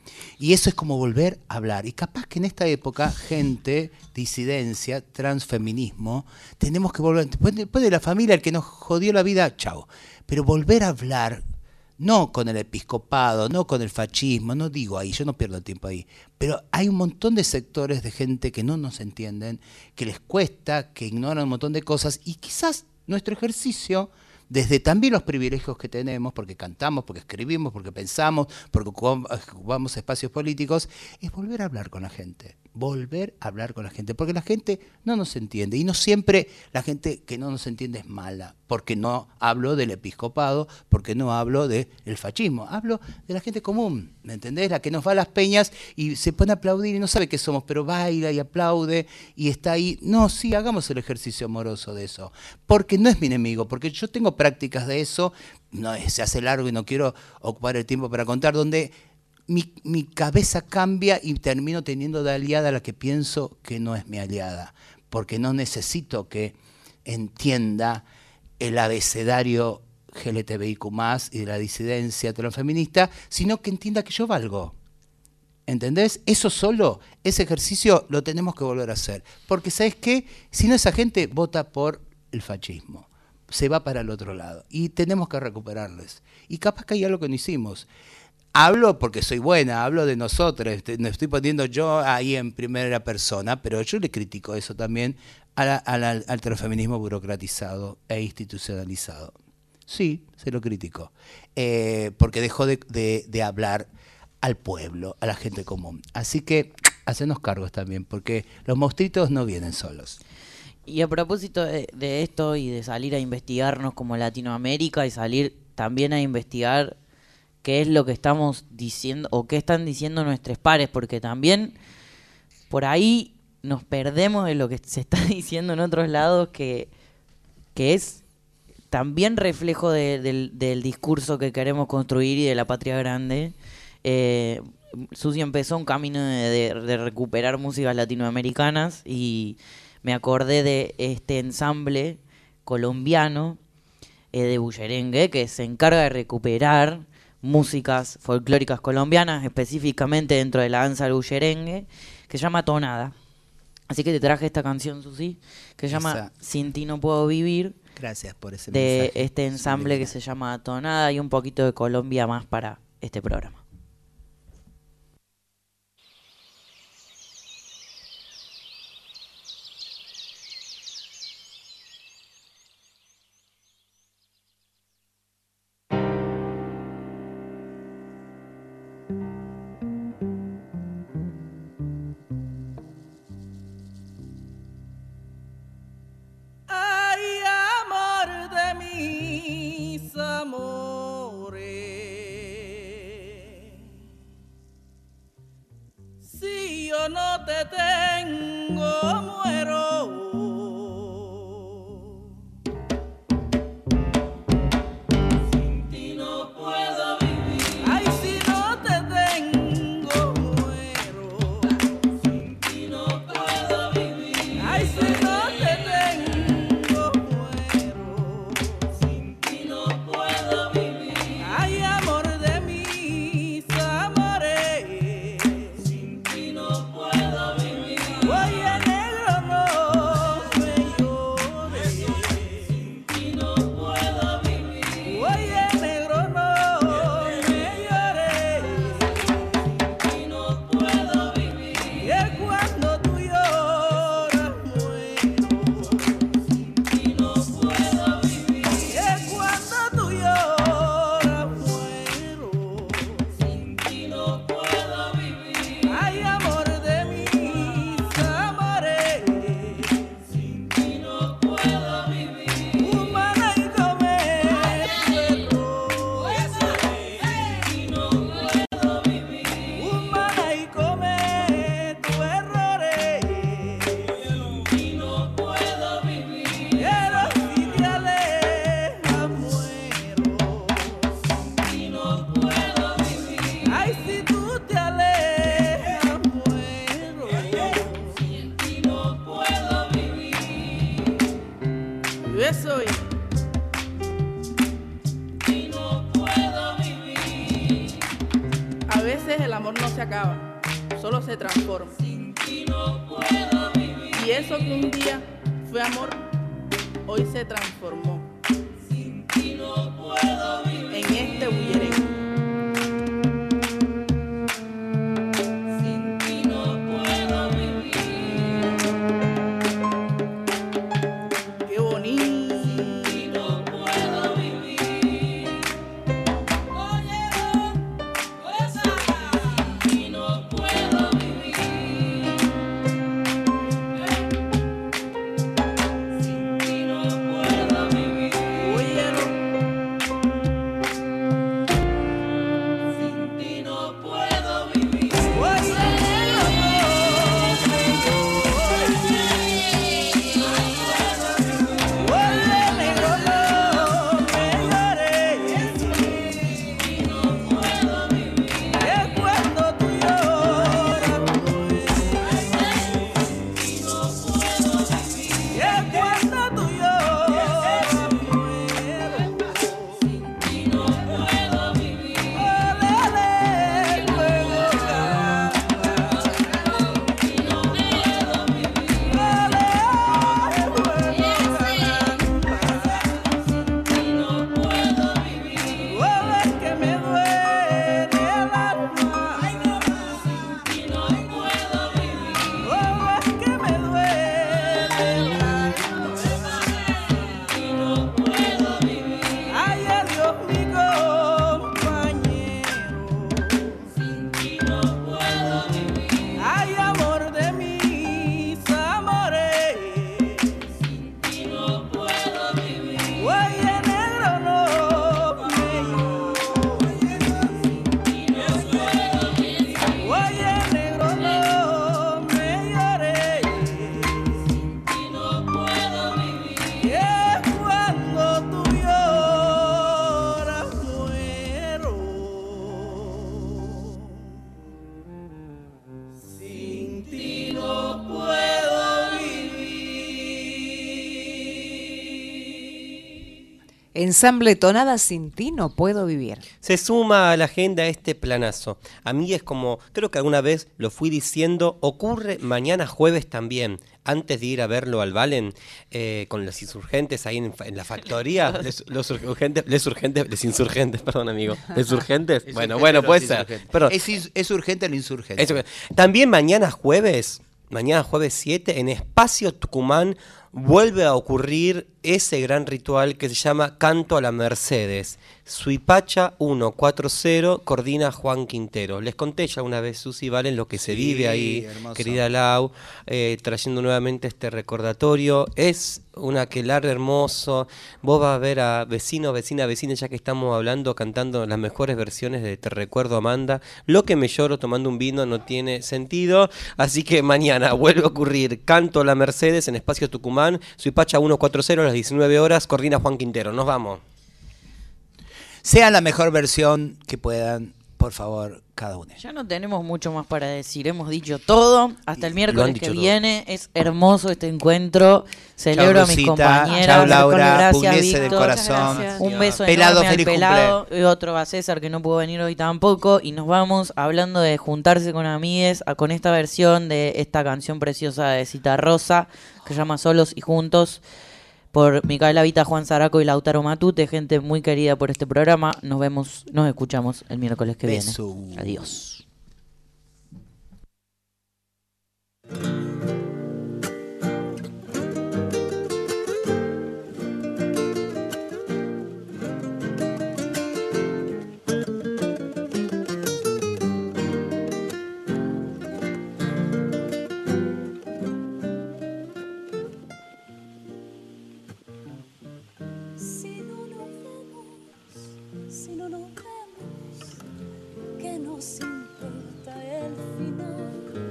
Y eso es como volver a hablar. Y capaz que en esta época, gente, disidencia, transfeminismo, tenemos que volver, después de la familia, el que nos jodió la vida, chao. Pero volver a hablar, no con el episcopado, no con el fascismo, no digo ahí, yo no pierdo tiempo ahí. Pero hay un montón de sectores de gente que no nos entienden, que les cuesta, que ignoran un montón de cosas, y quizás nuestro ejercicio, desde también los privilegios que tenemos, porque cantamos, porque escribimos, porque pensamos, porque ocupamos espacios políticos, es volver a hablar con la gente. Volver a hablar con la gente, porque la gente no nos entiende. Y no siempre la gente que no nos entiende es mala, porque no hablo del episcopado, porque no hablo del fascismo. Hablo de la gente común, ¿me entendés? La que nos va a las peñas y se pone a aplaudir y no sabe qué somos, pero baila y aplaude y está ahí. No, sí, hagamos el ejercicio amoroso de eso, porque no es mi enemigo, porque yo tengo prácticas de eso, no se hace largo y no quiero ocupar el tiempo para contar, donde mi cabeza cambia y termino teniendo de aliada a la que pienso que no es mi aliada, porque no necesito que entienda el abecedario LGTBIQ+, y de la disidencia transfeminista, sino que entienda que yo valgo. ¿Entendés? Eso solo, ese ejercicio lo tenemos que volver a hacer. Porque, ¿sabes qué? Si no, esa gente vota por el fascismo. Se va para el otro lado. Y tenemos que recuperarles. Y capaz que hay algo que no hicimos. Hablo porque soy buena, hablo de nosotros, me estoy poniendo yo ahí en primera persona, pero yo le critico eso también al transfeminismo burocratizado e institucionalizado. Sí, se lo critico, porque dejó de hablar al pueblo, a la gente común. Así que hacernos cargos también, porque los monstruitos no vienen solos. Y a propósito de esto y de salir a investigarnos como Latinoamérica y salir también a investigar qué es lo que estamos diciendo o qué están diciendo nuestros pares, porque también por ahí nos perdemos de lo que se está diciendo en otros lados, que es también reflejo del discurso que queremos construir y de la patria grande. Susi empezó un camino de recuperar músicas latinoamericanas y me acordé de este ensamble colombiano de bullerengue que se encarga de recuperar músicas folclóricas colombianas, específicamente dentro de la danza del bullerengue, que se llama Tonada. Así que te traje esta canción, Susi, que se llama Sin ti no puedo vivir. Gracias por ese de mensaje. este ensamble que se llama Tonada, y un poquito de Colombia más para este programa. Ay, amor de mis amores, si yo no te tengo, muero. Sin ti no puedo vivir. Ay, si no te tengo, muero. Sin ti no puedo vivir. Ay, si no te tengo, muero. Sin ti no puedo vivir. Ay, amor de mis amores, sin ti no puedo vivir. Oye, negro, veces el amor no se acaba, solo se transforma. Sin ti no puedo vivir. Y eso que un día fue amor, hoy se transformó. Sin ti no puedo vivir. En este bullerengue. Sin ti no puedo vivir. Qué bonito. Sin ti no puedo vivir. Oye, esa. Sin ti no puedo vivir. Sin ti no puedo vivir. Óyelo. Sin ti no puedo vivir. Ensamble Tonada, sin ti no puedo vivir. Se suma a la agenda este planazo. A mí es como, creo que alguna vez lo fui diciendo, ocurre mañana jueves también, antes de ir a verlo al Valen, con los insurgentes ahí en la factoría. Les insurgentes, perdón amigo. ¿Les urgentes? Bueno, puede ser. Perdón. Es urgente lo insurgente. También mañana jueves 7, en Espacio Tucumán, vuelve a ocurrir ese gran ritual que se llama Canto a la Mercedes. Suipacha 140, coordina Juan Quintero. Les conté ya una vez, Susi Valen, lo que se vive ahí, hermoso. querida Lau, trayendo nuevamente este recordatorio. Es un aquelarre hermoso. Vos vas a ver a vecino, vecina, ya que estamos hablando, cantando las mejores versiones de Te Recuerdo, Amanda. Lo que me lloro tomando un vino no tiene sentido. Así que mañana vuelve a ocurrir Canto a la Mercedes en Espacio Tucumán. Suipacha 140 a las 19 horas, coordina Juan Quintero. Nos vamos. Sean la mejor versión que puedan, por favor, cada uno. Ya no tenemos mucho más para decir, hemos dicho todo. Hasta el miércoles que viene. Es hermoso este encuentro. Celebro a mis compañeras. Chao Laura, gracias, pugliese del Víctor. corazón. Un beso Pelado, enorme al feliz Pelado. Y otro a César, que no pudo venir hoy tampoco. Y nos vamos hablando de juntarse con amigues con esta versión de esta canción preciosa de Cita Rosa, que se llama Solos y Juntos, por Micaela Vita, Juan Zaraco y Lautaro Matute, gente muy querida por este programa. Nos escuchamos el miércoles que viene. Adiós. Si no nos vemos, que nos importa el final.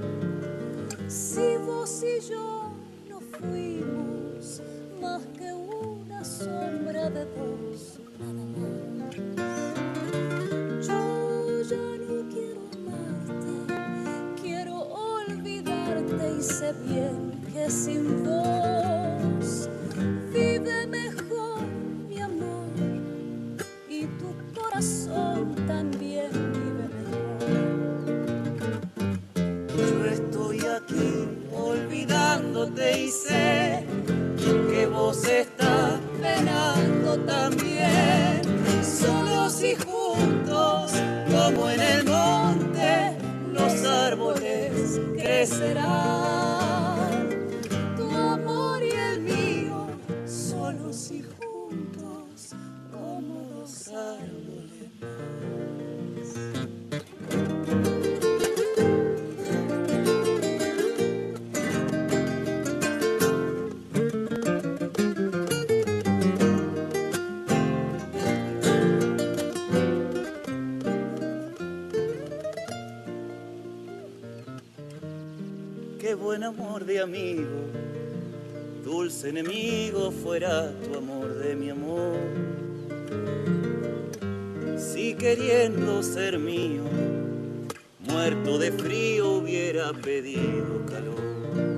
Si vos y yo no fuimos más que una sombra de dos, nada más. Yo ya no quiero amarte, quiero olvidarte y sé bien que sin vos vive mejor mi amor y tu corazón también vive mejor. y sé que vos estás penando también. Solos y juntos, como en el monte, los árboles crecerán. Tu amor y el mío, solos y juntos, como los árboles. Qué buen amor de amigo, dulce enemigo fuera tu amor de mi amor. Si queriendo ser mío, muerto de frío hubiera pedido calor.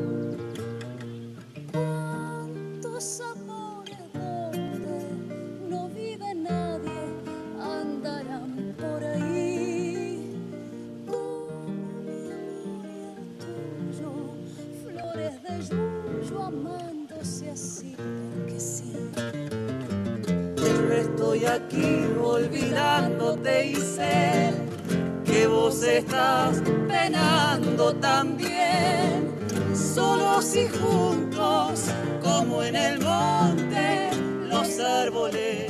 Cuántos amores donde no vive nadie andarán por ahí. Flores de yuyo amándose así porque sí. Yo estoy aquí olvidándote y sé que vos estás penando también. Solos y juntos, como en el monte, los árboles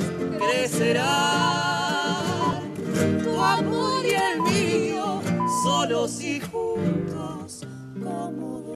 crecerán. Tu amor y el mío, solos y juntos, como